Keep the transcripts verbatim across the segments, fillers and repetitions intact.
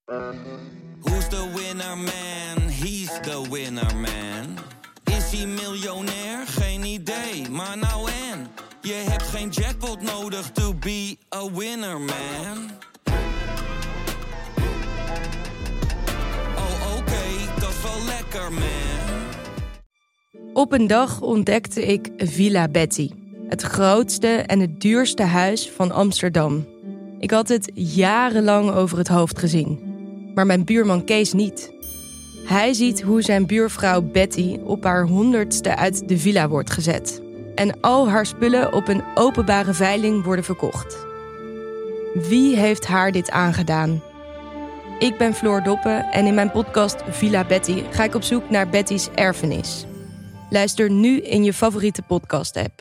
Who's the winner man? He's the winner man. Is hij miljonair? Geen idee, maar nou en. Je hebt geen jackpot nodig to be a winner man. Oh oké, okay, dat is wel lekker man. Op een dag ontdekte ik Villa Betty. Het grootste en het duurste huis van Amsterdam. Ik had het jarenlang over het hoofd gezien. Maar mijn buurman Kees niet. Hij ziet hoe zijn buurvrouw Betty op haar honderdste uit de villa wordt gezet. En al haar spullen op een openbare veiling worden verkocht. Wie heeft haar dit aangedaan? Ik ben Floor Doppen en in mijn podcast Villa Betty ga ik op zoek naar Betty's erfenis. Luister nu in je favoriete podcast-app.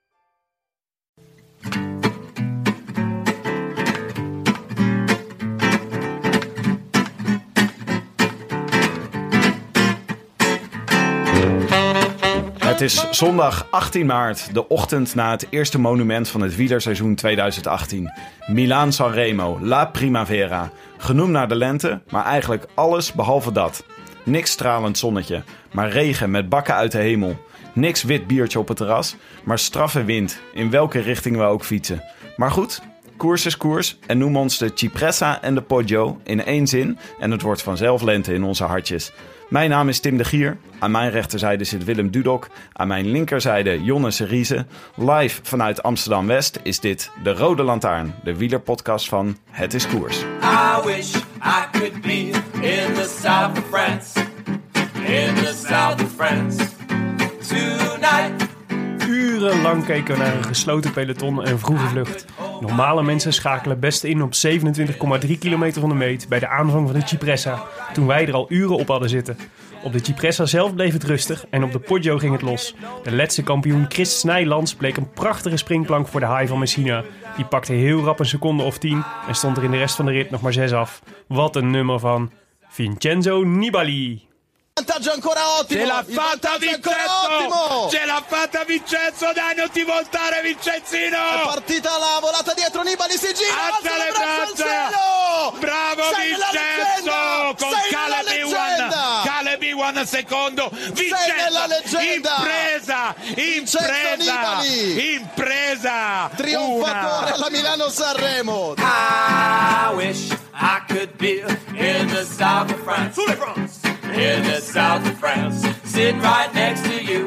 Het is zondag achttien maart, de ochtend na het eerste monument van het wielerseizoen tweeduizend achttien. Milaan-San Remo, La Primavera. Genoemd naar de lente, maar eigenlijk alles behalve dat. Niks stralend zonnetje, maar regen met bakken uit de hemel. Niks wit biertje op het terras, maar straffe wind, in welke richting we ook fietsen. Maar goed, koers is koers en noem ons de Cipressa en de Poggio in één zin en het wordt vanzelf lente in onze hartjes. Mijn naam is Tim de Gier, aan mijn rechterzijde zit Willem Dudok, aan mijn linkerzijde Jonne Seriese. Live vanuit Amsterdam-West is dit De Rode Lantaarn, de wielerpodcast van Het is Koers. I wish I could be in the south of France, in the south of France, tonight. Urenlang keken we naar een gesloten peloton en vroege vlucht. Normale mensen schakelen best in op zevenentwintig komma drie kilometer van de meet bij de aanvang van de Cipressa, toen wij er al uren op hadden zitten. Op de Cipressa zelf bleef het rustig en op de Poggio ging het los. De laatste kampioen Chris Snijlands bleek een prachtige springplank voor de haai van Messina. Die pakte heel rap een seconde of tien en stond er in de rest van de rit nog maar zes af. Wat een nummer van Vincenzo Nibali. Vantaggio ancora ottimo. Ce l'ha fatta Vincenzo! Ce l'ha fatta Vincenzo! Dai, non ti voltare Vincenzino! È partita la volata dietro, Nibali si gira, alza le braccia! Bravo Sei Vincenzo! Con Caleb Ewan! Caleb Ewan secondo! Vincenzo! Impresa! Impresa! Impresa! Trionfatore alla Milano Sanremo! I wish I could be in the south of France. Sulle France! In the south of France, sitting right next to you.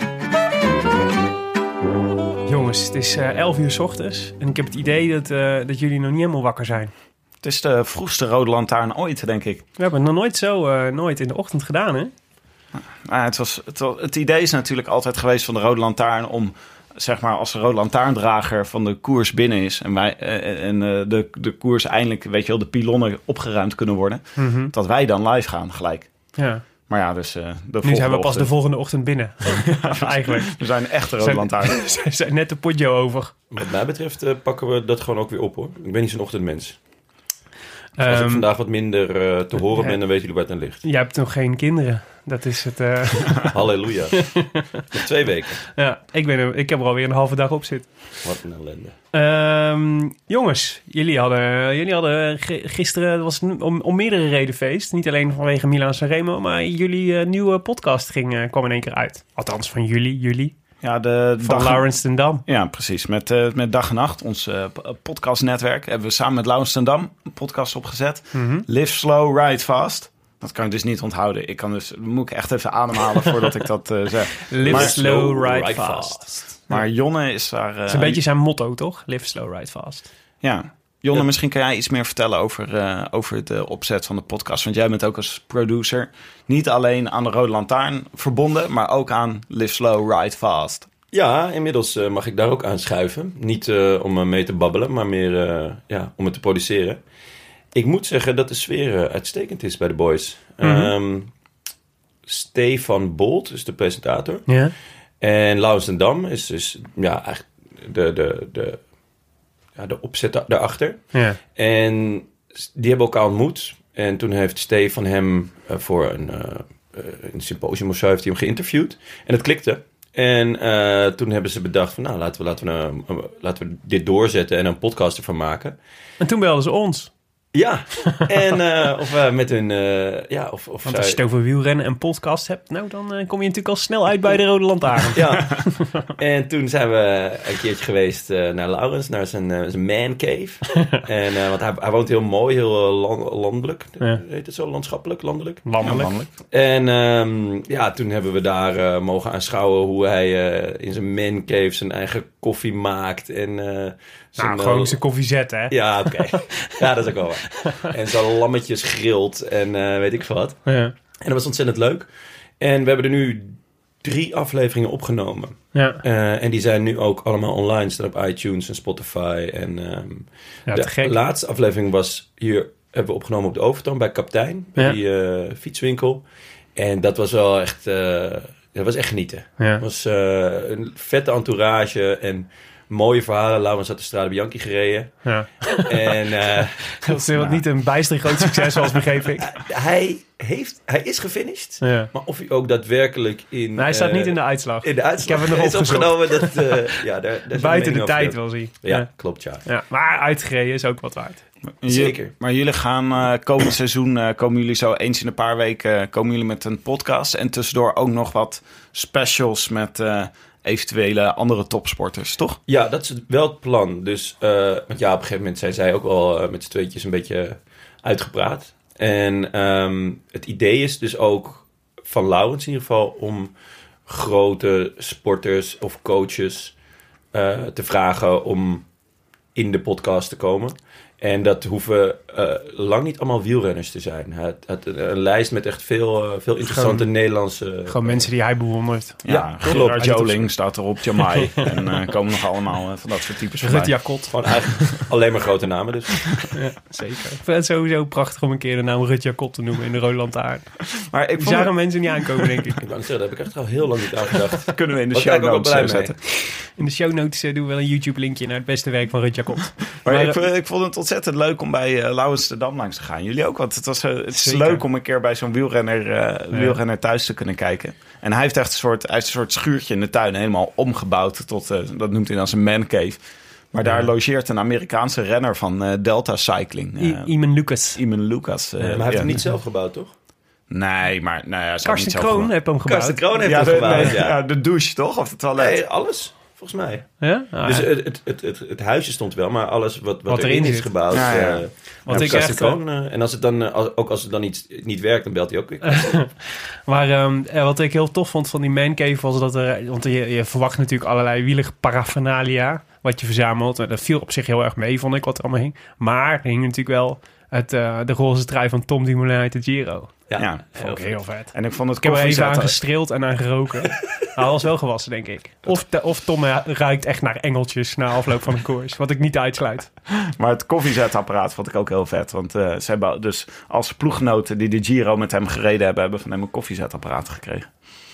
Jongens, het is uh, elf uur 's ochtends en ik heb het idee dat, uh, dat jullie nog niet helemaal wakker zijn. Het is de vroegste Rode Lantaarn ooit, denk ik. We hebben het nog nooit zo uh, nooit in de ochtend gedaan, hè? Nou, het, was, het, was, het idee is natuurlijk altijd geweest van de Rode Lantaarn om, zeg maar, als de Rode Lantaarndrager van de koers binnen is en, wij, uh, en uh, de, de koers eindelijk, weet je wel, de pilonnen opgeruimd kunnen worden, mm-hmm. dat wij dan live gaan gelijk. Ja. Maar ja, dus... Uh, de nu zijn we pas ochtend. de volgende ochtend binnen. Eigenlijk. We zijn echt de Rode Lantaarn. We zijn net de Poggio over. Wat mij betreft uh, pakken we dat gewoon ook weer op, hoor. Ik ben niet zo'n ochtendmens. Dus als um, ik vandaag wat minder uh, te horen uh, ben, dan weten jullie waar het aan ligt. Jij hebt nog geen kinderen. Dat is het... Uh... Halleluja. Nog twee weken. Ja, ik, ben er, ik heb er alweer een halve dag op zitten. Wat een ellende. Um, jongens, jullie hadden, jullie hadden gisteren, het was om, om meerdere redenen feest. Niet alleen vanwege Milaan-San Remo, maar jullie uh, nieuwe podcast ging, uh, kwam in één keer uit. Althans, van jullie, jullie. Ja, de van dag... Laurens ten Dam. Ja, precies. Met, uh, met Dag en Nacht, ons uh, podcastnetwerk, hebben we samen met Laurens ten Dam een podcast opgezet. Mm-hmm. Live Slow, Ride Fast. Dat kan ik dus niet onthouden. Ik kan dus, moet ik echt even ademhalen voordat ik dat uh, zeg. Live maar, slow, ride, ride fast. fast. Maar Jonne is daar... Uh, dat is een beetje zijn motto, toch? Live slow, ride fast. Ja. Jonne, ja. Misschien kan jij iets meer vertellen over, uh, over de opzet van de podcast. Want jij bent ook als producer niet alleen aan de Rode Lantaarn verbonden, maar ook aan Live Slow, Ride Fast. Ja, inmiddels uh, mag ik daar ook aan schuiven. Niet uh, om uh, mee te babbelen, maar meer uh, ja, om het te produceren. Ik moet zeggen dat de sfeer uh, uitstekend is bij de boys. Mm-hmm. Um, Stefan Bolt is de presentator. Ja. En Laurens ten Dam is dus ja, echt de, de, de, ja, de opzet daarachter. Ja. En die hebben elkaar ontmoet. En toen heeft Stefan hem uh, voor een, uh, een symposium of zo heeft hij hem geïnterviewd. En het klikte. En uh, toen hebben ze bedacht van nou, laten we, laten, we, uh, laten we dit doorzetten en een podcast ervan maken. En toen belden ze ons. Ja, en uh, of we met hun... Uh, ja, of, of Want zij... als je het over wielrennen en podcast hebt... nou, dan uh, kom je natuurlijk al snel uit bij de Rode Lantaarn. Ja, en toen zijn we een keertje geweest uh, naar Laurens, naar zijn, uh, zijn man cave. en, uh, want hij, hij woont heel mooi, heel uh, land, landelijk. Ja. Heet het zo? Landschappelijk? Landelijk? Landelijk. Ja, landelijk. En um, ja, toen hebben we daar uh, mogen aanschouwen hoe hij uh, in zijn man cave zijn eigen koffie maakt. En, uh, zijn, nou, gewoon zijn koffie zetten, hè? Ja, oké. Okay. Ja, dat is ook wel waar. En zijn lammetjes grilt en uh, weet ik wat. Ja. En dat was ontzettend leuk. En we hebben er nu drie afleveringen opgenomen. Ja. Uh, en die zijn nu ook allemaal online. Staan op iTunes en Spotify. En um, ja, de gek. laatste aflevering was hier... hebben we opgenomen op de Overtoom bij Kaptein. Bij ja. die uh, fietswinkel. En dat was wel echt... Uh, dat was echt genieten. Ja. Het was uh, een vette entourage en... mooie verhalen. Laurens had de Strade Bianchi gereden. Ja. En, uh, dat is nou. niet een bijster groot succes, zoals begreep ik. Hij, heeft, hij is gefinished. Ja. Maar of hij ook daadwerkelijk in... Nou, hij staat uh, niet in de uitslag. In de uitslag ik heb het nog is opgenomen. Dat, uh, ja, daar, daar buiten de tijd was hij. Ja, ja, klopt, ja. ja. Maar uitgereden is ook wat waard. Zeker. Maar jullie gaan uh, komend seizoen... Uh, komen jullie zo eens in een paar weken... Uh, komen jullie met een podcast. En tussendoor ook nog wat specials met... Uh, eventuele andere topsporters, toch? Ja, dat is wel het plan. Dus, uh, want ja, op een gegeven moment zijn zij ook wel uh, met z'n tweetjes een beetje uitgepraat. En um, het idee is dus ook van Laurens in ieder geval om grote sporters of coaches uh, te vragen om in de podcast te komen. En dat hoeven uh, lang niet allemaal wielrenners te zijn. Het, het, een lijst met echt veel, uh, veel interessante gewoon, Nederlandse... Gewoon mensen die hij bewondert. Ja, ja klopt. Joling staat erop, Jamai. en uh, komen nog allemaal uh, van dat soort types voorbij. Rut Jacot. Gewoon eigenlijk alleen maar grote namen dus. Ja, zeker. Ik vind het sowieso prachtig om een keer de naam Rut Jacot te noemen in de Rode Lantaarn. Maar ik vond zagen het... mensen niet aankomen, denk ik. Ik wou zeggen, daar heb ik echt al heel lang niet aan gedacht. Kunnen we in de show notes zetten. In de show notes uh, doen we wel een YouTube-linkje naar het beste werk van Rut Jacot. Maar, maar ik, uh, ik vond het ontzettend leuk om bij uh, Laurens de Dam langs te gaan. Jullie ook, want het, was, uh, het is Zeker. leuk om een keer bij zo'n wielrenner, uh, ja. wielrenner thuis te kunnen kijken. En hij heeft echt een soort, hij heeft een soort schuurtje in de tuin helemaal omgebouwd tot, uh, dat noemt hij dan zijn man cave. Maar ja. daar logeert een Amerikaanse renner van uh, Delta Cycling. Uh, Iman Lucas. Iman Lucas. Uh, ja, maar hij heeft ja. hem niet zelf gebouwd, toch? Nee, maar... Nou ja, Karsten Kroon heeft hem gebouwd. Karsten Kroon heeft ja, hem de, gebouwd, nee, ja. ja. De douche, toch? Of het toilet? Nee, alles. Volgens mij. Ja? Ah, dus ja. het, het, het, het, het huisje stond wel, maar alles wat, wat, wat erin is gebouwd. Ja, ja. Uh, wat ik echt, Kroon, uh, en als het dan, uh, als, ook als het dan iets niet werkt, dan belt hij ook weer. Maar um, wat ik heel tof vond van die man cave was dat er... Want je, je verwacht natuurlijk allerlei wielige paraphernalia wat je verzamelt. En dat viel op zich heel erg mee, vond ik, wat er allemaal hing. Maar er hing natuurlijk wel het, uh, de roze trui van Tom Dumoulin uit de Giro. Ja, ja, vond ik heel vet. En ik vond het ik heb er even aan gestreeld en aan geroken. Hij was wel gewassen, denk ik. Of, de, of Tom ruikt echt naar engeltjes na afloop van een koers. Wat ik niet uitsluit. Maar het koffiezetapparaat vond ik ook heel vet. Want uh, ze hebben dus als ploeggenoten die de Giro met hem gereden hebben... hebben van hem een koffiezetapparaat gekregen.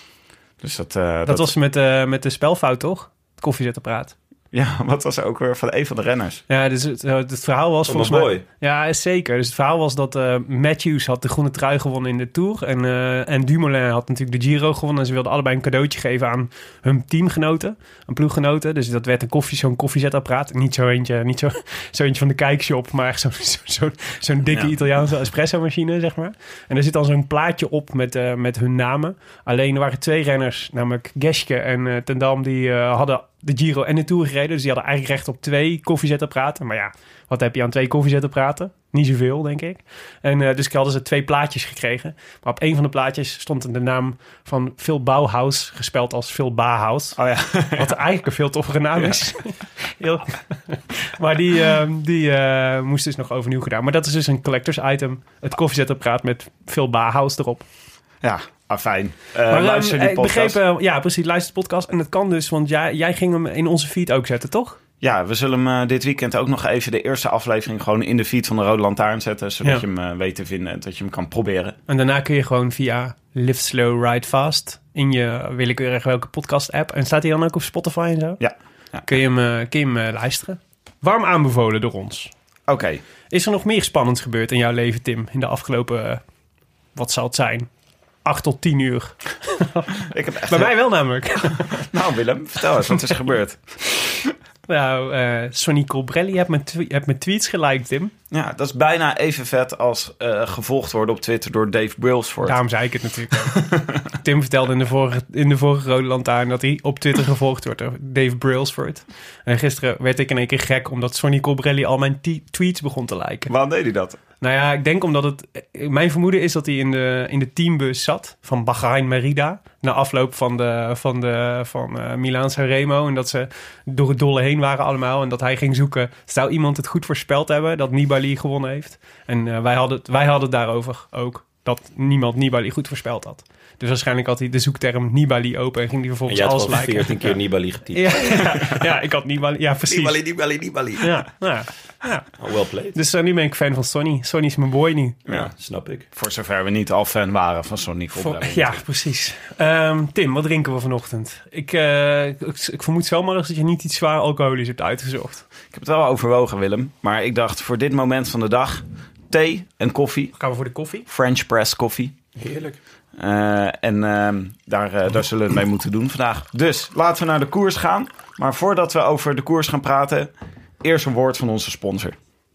Dus dat, uh, dat, dat was met, uh, met de spelfout, toch? Het koffiezetapparaat. Ja, wat was ook weer van een van de renners? Ja, dus het, het verhaal was volgens mij... mooi. Ja, zeker. Dus het verhaal was dat uh, Matthews had de groene trui gewonnen in de Tour. En, uh, en Dumoulin had natuurlijk de Giro gewonnen. En ze wilden allebei een cadeautje geven aan hun teamgenoten. Een ploeggenoten. Dus dat werd een koffie, zo'n koffiezetapparaat. Niet zo eentje, niet zo, zo eentje van de kijkshop. Maar echt zo'n zo, zo, zo'n dikke ja. Italiaanse espresso-machine, zeg maar. En er zit dan zo'n plaatje op met, uh, met hun namen. Alleen er waren twee renners, namelijk Geschke en uh, Ten Dam, die uh, hadden... de Giro en de Tour gereden. Dus die hadden eigenlijk recht op twee koffiezetapparaten. Maar ja, wat heb je aan twee koffiezetapparaten? Niet zoveel, denk ik. En uh, dus hadden ze twee plaatjes gekregen. Maar op een van de plaatjes stond de naam van Phil Bauhaus, gespeld als Phil Bauhaus. Oh ja. Wat eigenlijk een veel toffere naam is. Ja. Heel... Maar die, uh, die uh, moest dus nog overnieuw gedaan. Maar dat is dus een collectors item. Het koffiezetapparaat met Phil Bauhaus erop. Ja, ah, fijn. Uh, maar, luister die podcast. Ik begreep, uh, ja, precies, luister de podcast. En dat kan dus, want jij, jij ging hem in onze feed ook zetten, toch? Ja, we zullen hem uh, dit weekend ook nog even de eerste aflevering gewoon in de feed van de Rode Lantaarn zetten. Zodat ja. je hem uh, weet te vinden en dat je hem kan proberen. En daarna kun je gewoon via Live Slow, Ride Fast in je willekeurig welke podcast app. En staat hij dan ook op Spotify en zo? Ja. ja. Kun je hem, uh, kun je hem uh, luisteren. Warm aanbevolen door ons. Oké. Okay. Is er nog meer spannends gebeurd in jouw leven, Tim? In de afgelopen, uh, wat zal het zijn? Acht tot tien uur. Ik heb echt Bij mij wel namelijk. Nou Willem, vertel eens, wat is gebeurd? Nou, uh, Sonny Colbrelli heeft mijn, tw- heeft mijn tweets geliked, Tim. Ja, dat is bijna even vet als uh, gevolgd worden op Twitter door Dave Brailsford. Daarom zei ik het natuurlijk ook. Tim vertelde in de vorige, in de vorige Rode Lantaarn dat hij op Twitter gevolgd wordt door Dave Brailsford. En gisteren werd ik in één keer gek omdat Sonny Colbrelli al mijn t- tweets begon te liken. Waarom deed hij dat? Nou ja, ik denk omdat het... Mijn vermoeden is dat hij in de, in de teambus zat van Bahrein Merida. Na afloop van, de, van, de, van uh, Milaan Sanremo. En dat ze door het dolle heen waren allemaal. En dat hij ging zoeken. Zou iemand het goed voorspeld hebben dat Nibali gewonnen heeft? En uh, wij, hadden het, wij hadden het daarover ook. Dat niemand Nibali goed voorspeld had. Dus waarschijnlijk had hij de zoekterm Nibali open en ging die vervolgens alles liken. En je had veertien keer Nibali getypt. Ja, ja, ja, ik had Nibali. Ja, precies. Nibali, Nibali, Nibali. Ja, ja, ja. Oh, well played. Dus uh, nu ben ik fan van Sonny. Sonny is mijn boy nu. Ja, ja, snap ik. Voor zover we niet al fan waren van Sonny Colbrelli. Ja, precies. Um, Tim, wat drinken we vanochtend? Ik, uh, ik, ik vermoed zomaar dat je niet iets zwaar alcoholisch hebt uitgezocht. Ik heb het wel overwogen, Willem. Maar ik dacht, voor dit moment van de dag, thee en koffie. Gaan we voor de koffie? French press koffie. Heerlijk. Uh, en uh, daar, uh, daar zullen we het mee moeten doen vandaag. Dus laten we naar de koers gaan. Maar voordat we over de koers gaan praten, eerst een woord van onze sponsor.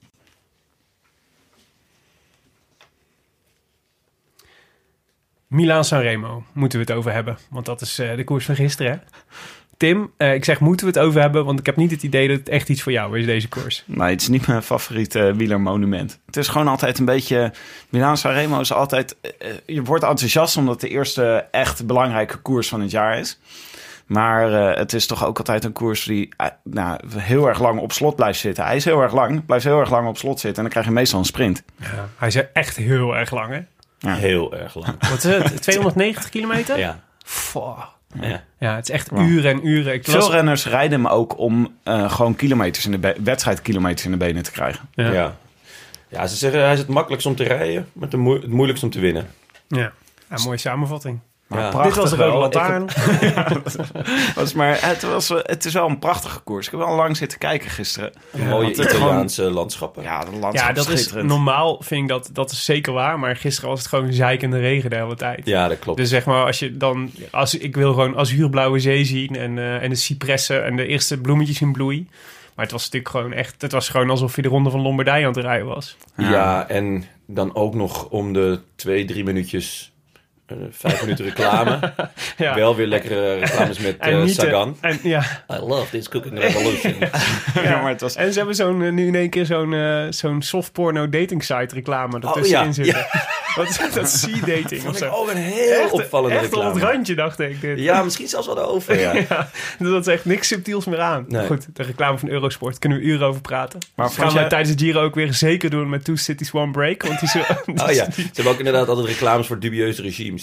Milaan Sanremo moeten we het over hebben. Want dat is uh, de koers van gisteren, hè? Tim, uh, ik zeg moeten we het over hebben, want ik heb niet het idee dat het echt iets voor jou is, deze koers. Nee, het is niet mijn favoriete wielermonument. Het is gewoon altijd een beetje... Milaan Sanremo is altijd... Uh, je wordt enthousiast omdat het de eerste echt belangrijke koers van het jaar is. Maar uh, het is toch ook altijd een koers die uh, nou, heel erg lang op slot blijft zitten. Hij is heel erg lang, blijft heel erg lang op slot zitten en dan krijg je meestal een sprint. Ja, hij is echt heel erg lang, hè? Ja. Heel erg lang. Wat is het? tweehonderdnegentig kilometer? Ja. Fuck. Ja. Ja, het is echt uren en uren. Ik Veel was... renners rijden hem ook om uh, gewoon kilometers in de be- wedstrijdkilometers in de benen te krijgen. Ja. Ja. Ja, ze zeggen hij is het makkelijkst om te rijden, maar het, mo- het moeilijkst om te winnen. Ja, ja mooie samenvatting. Ja. Dit was de Rode wel. Lantaarn. Ja, was maar, het, was, het is wel een prachtige koers. Ik heb wel lang zitten kijken gisteren. Ja, mooie want het Italiaanse gewoon, landschappen. Ja, de landschap Ja, dat is schitterend. normaal, vind ik dat, dat is zeker waar. Maar gisteren was het gewoon zeikende regen de hele tijd. Ja, dat klopt. Dus zeg maar, als je dan... Als, ik wil gewoon azuurblauwe zee zien en, uh, en de cipressen en de eerste bloemetjes in bloei. Maar het was natuurlijk gewoon echt... Het was gewoon alsof je de Ronde van Lombardije aan het rijden was. Ja. ja, en dan ook nog om de twee, drie minuutjes... Uh, vijf minuten reclame. Ja. Wel weer lekkere reclames met uh, Sagan. En, ja. I love this cooking revolution. ja, ja, maar het was... En ze hebben zo'n, uh, nu in één keer zo'n, uh, zo'n softporno dating site reclame ertussenin oh, ja. zitten. Ja. Wat is dat? C-dating of zo? Ook een heel echt, opvallende echt reclame. Echt op het randje, dacht ik. Dit. Ja, misschien zelfs wel over. Ja. ja, dat is echt niks subtiels meer aan. Nee. Goed, de reclame van Eurosport. Kunnen we uren over praten. Maar dus gaan jij... we tijdens de Giro ook weer zeker doen met Two Cities One Break. Want die zo, oh ja, ze hebben ook inderdaad altijd reclames voor dubieuze regimes.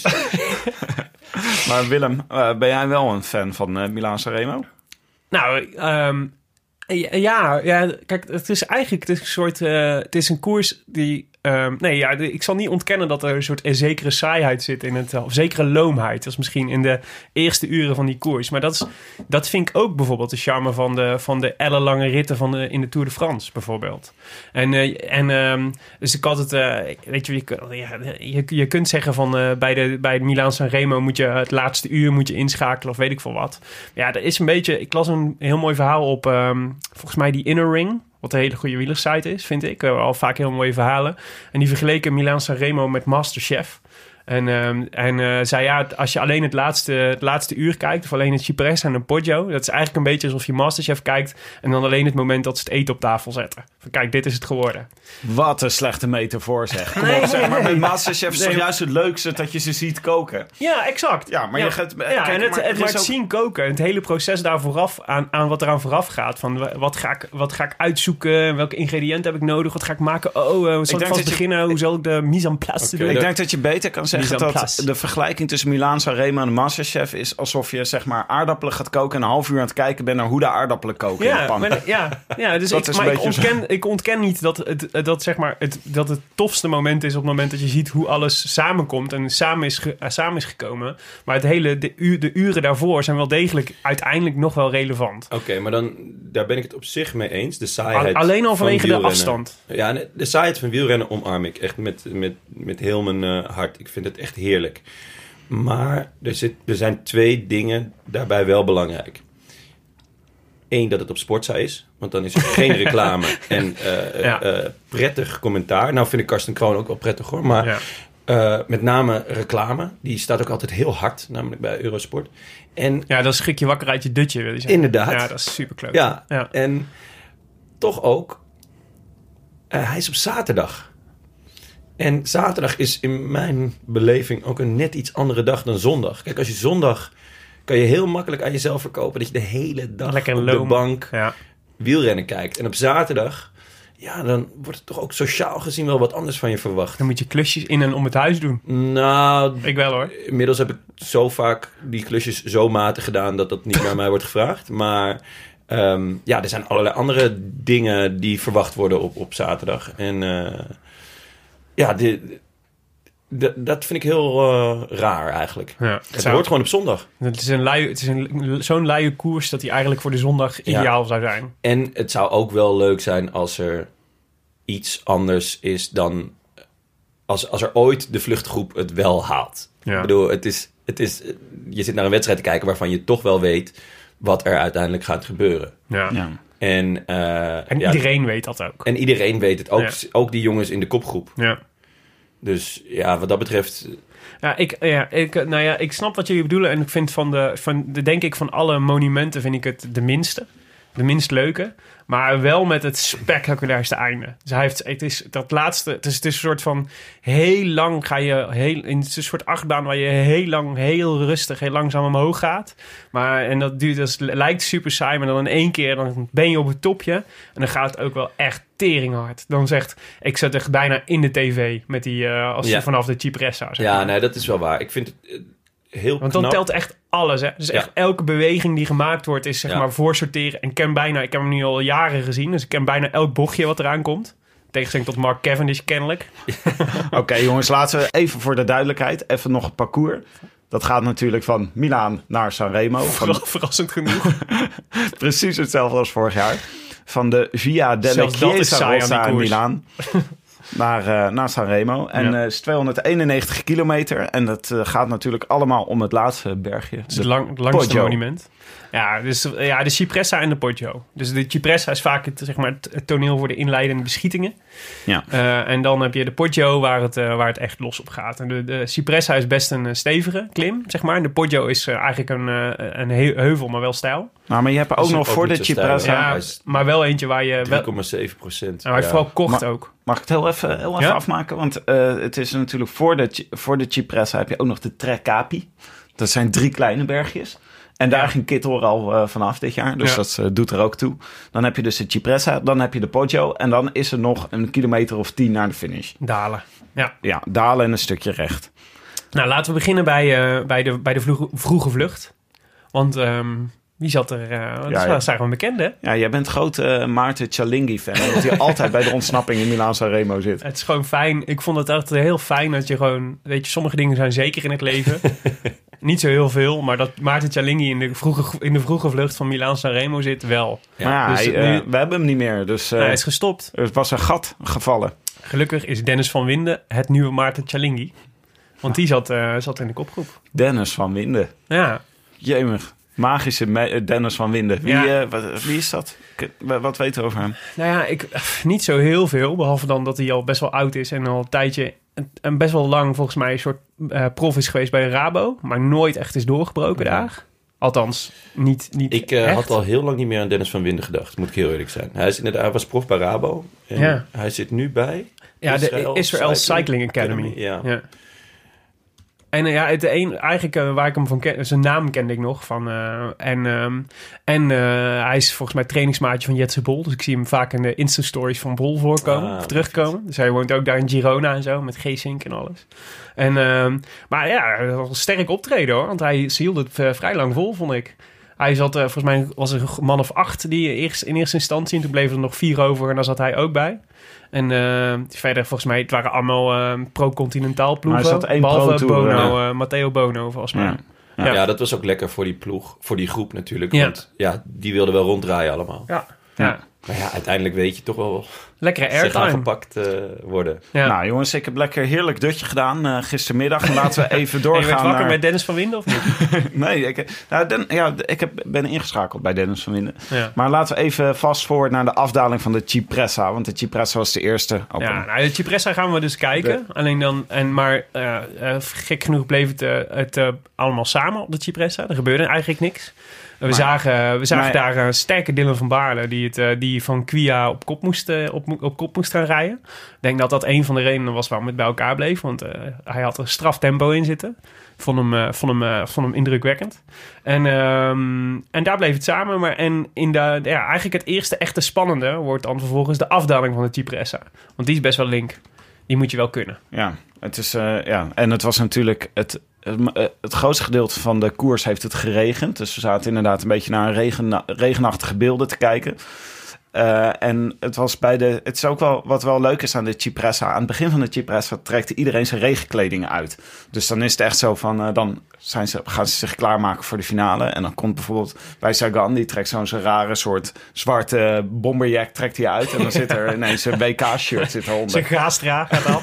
Maar Willem, uh, ben jij wel een fan van uh, Milaan Sanremo? Nou, um, ja, ja, kijk, het is eigenlijk het is een soort, uh, het is een koers die, um, nee, ja, de, ik zal niet ontkennen dat er een soort een zekere saaiheid zit in het, of zekere loomheid, dat is misschien in de eerste uren van die koers, maar dat is, dat vind ik ook bijvoorbeeld de charme van de, van de ellenlange ritten van de, in de Tour de France, bijvoorbeeld. En, uh, en um, dus ik had het, uh, weet je, je, ja, je, je kunt zeggen van uh, bij de, bij Milaan Sanremo moet je het laatste uur moet je inschakelen of weet ik veel wat. Ja, er is een beetje, ik las een heel mooi verhaal op, um, volgens mij die Inner Ring, wat een hele goede wielersite is, vind ik. Uh, al vaak heel mooie verhalen. En die vergeleken Milaan Sanremo met MasterChef. En, um, en uh, zei ja, als je alleen het laatste, het laatste uur kijkt, of alleen het Cipressa en een Poggio, dat is eigenlijk een beetje alsof je MasterChef kijkt en dan alleen het moment dat ze het eten op tafel zetten. Van kijk, dit is het geworden. Wat een slechte metafoor zeg. Kom nee, op, zeg maar. nee. Met MasterChef is nee. toch juist het leukste dat je ze ziet koken? Ja, exact. Ja, maar ja. je gaat... Ja, kijk, en het, maar, het, het maar het ook... zien koken, het hele proces daar vooraf, aan, aan wat eraan vooraf gaat. Van wat ga ik, wat ga ik uitzoeken, welke ingrediënten heb ik nodig, wat ga ik maken? Oh, uh, hoe zal ik, ik vast beginnen? Je... Hoe zal ik de mise en place okay, doen? Ik denk dat je beter kan zeggen dat de vergelijking tussen Milaan Sanremo en de MasterChef is alsof je zeg maar aardappelen gaat koken en een half uur aan het kijken bent naar hoe de aardappelen koken ja, in de pan. Maar, ja, ja, dus ik, maar ik ontken, ik ontken niet dat het, dat, zeg maar het, dat het tofste moment is op het moment dat je ziet hoe alles samenkomt en samen is, ge, uh, samen is gekomen. Maar het hele, de, u, de uren daarvoor zijn wel degelijk uiteindelijk nog wel relevant. Oké, okay, maar dan daar ben ik het op zich mee eens. De saaiheid Al, alleen al vanwege van de afstand. Ja, de saaiheid van wielrennen omarm ik echt met, met, met heel mijn uh, hart. Ik vind het echt heerlijk. Maar er, zit, er zijn twee dingen daarbij wel belangrijk. Eén, dat het op Sportza is. Want dan is er geen reclame en uh, Ja. uh, prettig commentaar. Nou vind ik Karsten Kroon ook wel prettig hoor. Maar Ja. uh, met name reclame. Die staat ook altijd heel hard, namelijk bij Eurosport. En Ja, dan schrik je wakker uit je dutje, wil je zeggen. Inderdaad. Ja, dat is superkleuk. ja, Ja. en toch ook... Uh, hij is op zaterdag. En zaterdag is in mijn beleving ook een net iets andere dag dan zondag. Kijk, als je zondag... kan je heel makkelijk aan jezelf verkopen... dat je de hele dag Lekker op loom. de bank Ja. wielrennen kijkt. En op zaterdag... ja, dan wordt het toch ook sociaal gezien wel wat anders van je verwacht. Dan moet je klusjes in en om het huis doen. Nou, Ik wel hoor. inmiddels heb ik zo vaak die klusjes zo matig gedaan... dat dat niet naar mij wordt gevraagd. Maar um, ja, er zijn allerlei andere dingen die verwacht worden op, op zaterdag. En uh, ja, de, de, dat vind ik heel uh, raar eigenlijk. Ja, Het zou- hoort gewoon op zondag. Het is, een lui, het is een, zo'n luie koers dat hij eigenlijk voor de zondag ideaal zou zijn. En het zou ook wel leuk zijn als er iets anders is dan... Als, als er ooit de vluchtgroep het wel haalt. Ja. Ik bedoel, het is, het is, je zit naar een wedstrijd te kijken waarvan je toch wel weet wat er uiteindelijk gaat gebeuren. Ja. Ja. En, uh, En ja, iedereen weet dat ook. en iedereen weet het, ook, Ja. ook die jongens in de kopgroep. Ja. Dus ja, wat dat betreft... Ja, ik, ja, ik, nou ja, ik snap wat jullie bedoelen. En ik vind van de, van de, denk ik, van alle monumenten vind ik het de minste. De minst leuke. Maar wel met het spectaculairste einde. Dus hij heeft, het is dat laatste, het is, het is een soort van heel lang ga je, heel, in het is een soort achtbaan waar je heel lang, heel rustig, heel langzaam omhoog gaat. Maar, en dat duurt, dat lijkt super saai, maar dan in één keer, dan ben je op het topje. En dan gaat het ook wel echt teringhard. Dan zegt, ik zat echt bijna in de tv met die, uh, als Ja. vanaf de Cipressa. zeg Ja, maar. nee, dat is wel waar. Ik vind het uh, heel Want dan knap. telt echt alles, hè. Dus Ja. echt elke beweging die gemaakt wordt is zeg Ja. maar voorsorteren. En ik ken bijna, ik heb hem nu al jaren gezien, dus ik ken bijna elk bochtje wat eraan komt. Tegenstelling tot Mark Cavendish kennelijk. Oké okay, jongens, laten we even voor de duidelijkheid... even nog een parcours. Dat gaat natuurlijk van Milaan naar Sanremo. Van Verrassend genoeg. precies hetzelfde als vorig jaar. Van de Via della Zelfs dat is Chiesa saai aan die Rossa in koers. Milaan naar, uh, naar Sanremo. En Ja. uh, is tweehonderdeenennegentig kilometer. En dat uh, gaat natuurlijk allemaal om het laatste bergje. Het is het, lang, het langste Poggio. monument. Ja, dus ja, de Cipressa en de Poggio. Dus de Cipressa is vaak het, zeg maar, het, het toneel voor de inleidende beschietingen. Ja. Uh, en dan heb je de Poggio waar het, uh, waar het echt los op gaat. En de, de Cipressa is best een uh, stevige klim, zeg maar. En de Poggio is uh, eigenlijk een, uh, een he- heuvel, maar wel steil. Nou, maar je hebt ook Is nog ook voor niet de zo stijl, Cipressa... Ja, Ja, hij is maar wel eentje waar je... drie Wel, komma zeven procent. en waar je vooral kocht Maar- ook. Mag ik het heel even, heel even Ja? afmaken? Want uh, het is natuurlijk voor de, Ci- voor de Cipressa heb je ook nog de Tre Capi. Dat zijn drie kleine bergjes. En daar Ja. ging Kittel al uh, vanaf dit jaar. Dus Ja. dat uh, doet er ook toe. Dan heb je dus de Cipressa, dan heb je de Poggio. En dan is er nog een kilometer of tien naar de finish. Dalen. Ja. Ja, dalen en een stukje recht. Nou, laten we beginnen bij, uh, bij de, bij de vroege, vroege vlucht. Want um, wie zat er? Uh, dat Ja, ja. is wel een bekende. Ja, jij bent grote uh, Maarten Cialinghi-fan. Omdat hij altijd bij de ontsnapping in Milaan Sanremo zit. Het is gewoon fijn. Ik vond het echt heel fijn dat je gewoon... Weet je, sommige dingen zijn zeker in het leven. Niet zo heel veel, maar dat Maarten Cialinghi in de vroege, in de vroege vlucht van Milaan Sanremo zit, wel. Maar ja, dus hij, uh, nu- we hebben hem niet meer. Dus uh, Hij is gestopt. er was een gat gevallen. Gelukkig is Dennis van Winden het nieuwe Maarten Cialinghi. Want die zat, uh, zat in de kopgroep. Dennis van Winden. Ja, Jemig. Magische me- Dennis van Winden. Wie, Ja. uh, wat, wie is dat? K- Wat weten we over hem? nou ja, ik, niet zo heel veel. Behalve dan dat hij al best wel oud is en al een tijdje... En best wel lang volgens mij een soort uh, prof is geweest bij de Rabo. Maar nooit echt is doorgebroken Ja. daar. Althans, niet, niet Ik uh, echt. had al heel lang niet meer aan Dennis van Winden gedacht, moet ik heel eerlijk zijn. Hij, is inderdaad, hij was prof bij Rabo. En Ja. hij zit nu bij... Ja, de Israel Israel Cycling, Cycling Academy. Academy, ja. ja. En uh, ja, het een, eigenlijk uh, waar ik hem van ken, zijn naam kende ik nog. Van, uh, en um, en uh, hij is volgens mij trainingsmaatje van Jetse Bol. Dus ik zie hem vaak in de Insta-stories van Bol voorkomen. Ah, of terugkomen. Dus hij woont ook daar in Girona en zo. Met Geesink en alles. En, um, maar ja, dat was een sterk optreden hoor. Want hij ze hield het uh, vrij lang vol, vond ik. Hij zat, uh, volgens mij was er een man of acht die eerst, in eerste instantie... en toen bleven er nog vier over en daar zat hij ook bij. En uh, verder, volgens mij, het waren allemaal uh, pro-continentaal ploegen. Maar er zat één behalve pro-tour, Bono, ja. uh, Matteo Bono, volgens mij. Ja. Ja. Ja. Ja. dat was ook lekker voor die ploeg, voor die groep natuurlijk. Ja. Want ja, die wilden wel ronddraaien allemaal. Ja. Ja. Ja. Maar ja, uiteindelijk weet je toch wel... Lekkere zich airtime. aangepakt uh, worden. Ja. Nou jongens, ik heb lekker heerlijk dutje gedaan uh, gistermiddag. En laten we even En doorgaan je werd wakker naar... met Dennis van Winden of niet? Nee, ik, nou, Den, ja, ik heb, ben ingeschakeld bij Dennis van Winden. Ja. Maar laten we even fast forward naar de afdaling van de Cipressa. Want de Cipressa was de eerste. Op Ja, een... nou, de Cipressa gaan we dus kijken. De... Alleen dan, en, maar uh, uh, gek genoeg bleef het, uh, het uh, allemaal samen op de Cipressa. Er gebeurde eigenlijk niks. We maar, zagen, we zagen maar, daar een sterke Dylan van Baarle... die, het, uh, die van Quia op kop, moest, uh, op, op kop moest gaan rijden. Ik denk dat dat een van de redenen was waarom het bij elkaar bleef. Want uh, hij had er straf tempo in zitten. Vond hem, uh, vond hem, uh, vond hem indrukwekkend. En, um, en daar bleef het samen. Maar en in de, ja, eigenlijk het eerste echte spannende... wordt dan vervolgens de afdaling van de Cipressa. Want die is best wel link. Die moet je wel kunnen. Ja, het is, uh, ja. En het was natuurlijk... Het, het, het grootste gedeelte van de koers heeft het geregend. Dus we zaten inderdaad een beetje naar een regen, regenachtige beelden te kijken. Uh, en het was bij de. Het is ook wel wat wel leuk is aan de Cipressa. Aan het begin van de Cipressa trekt iedereen zijn regenkleding uit. Dus dan is het echt zo van. Uh, dan zijn ze, gaan ze zich klaarmaken voor de finale. En dan komt bijvoorbeeld bij Sagan, die trekt zo'n zo'n rare soort zwarte bomberjack trekt hij uit. En dan zit er ineens een W K-shirt zit eronder. Zijn gaastra gaat al.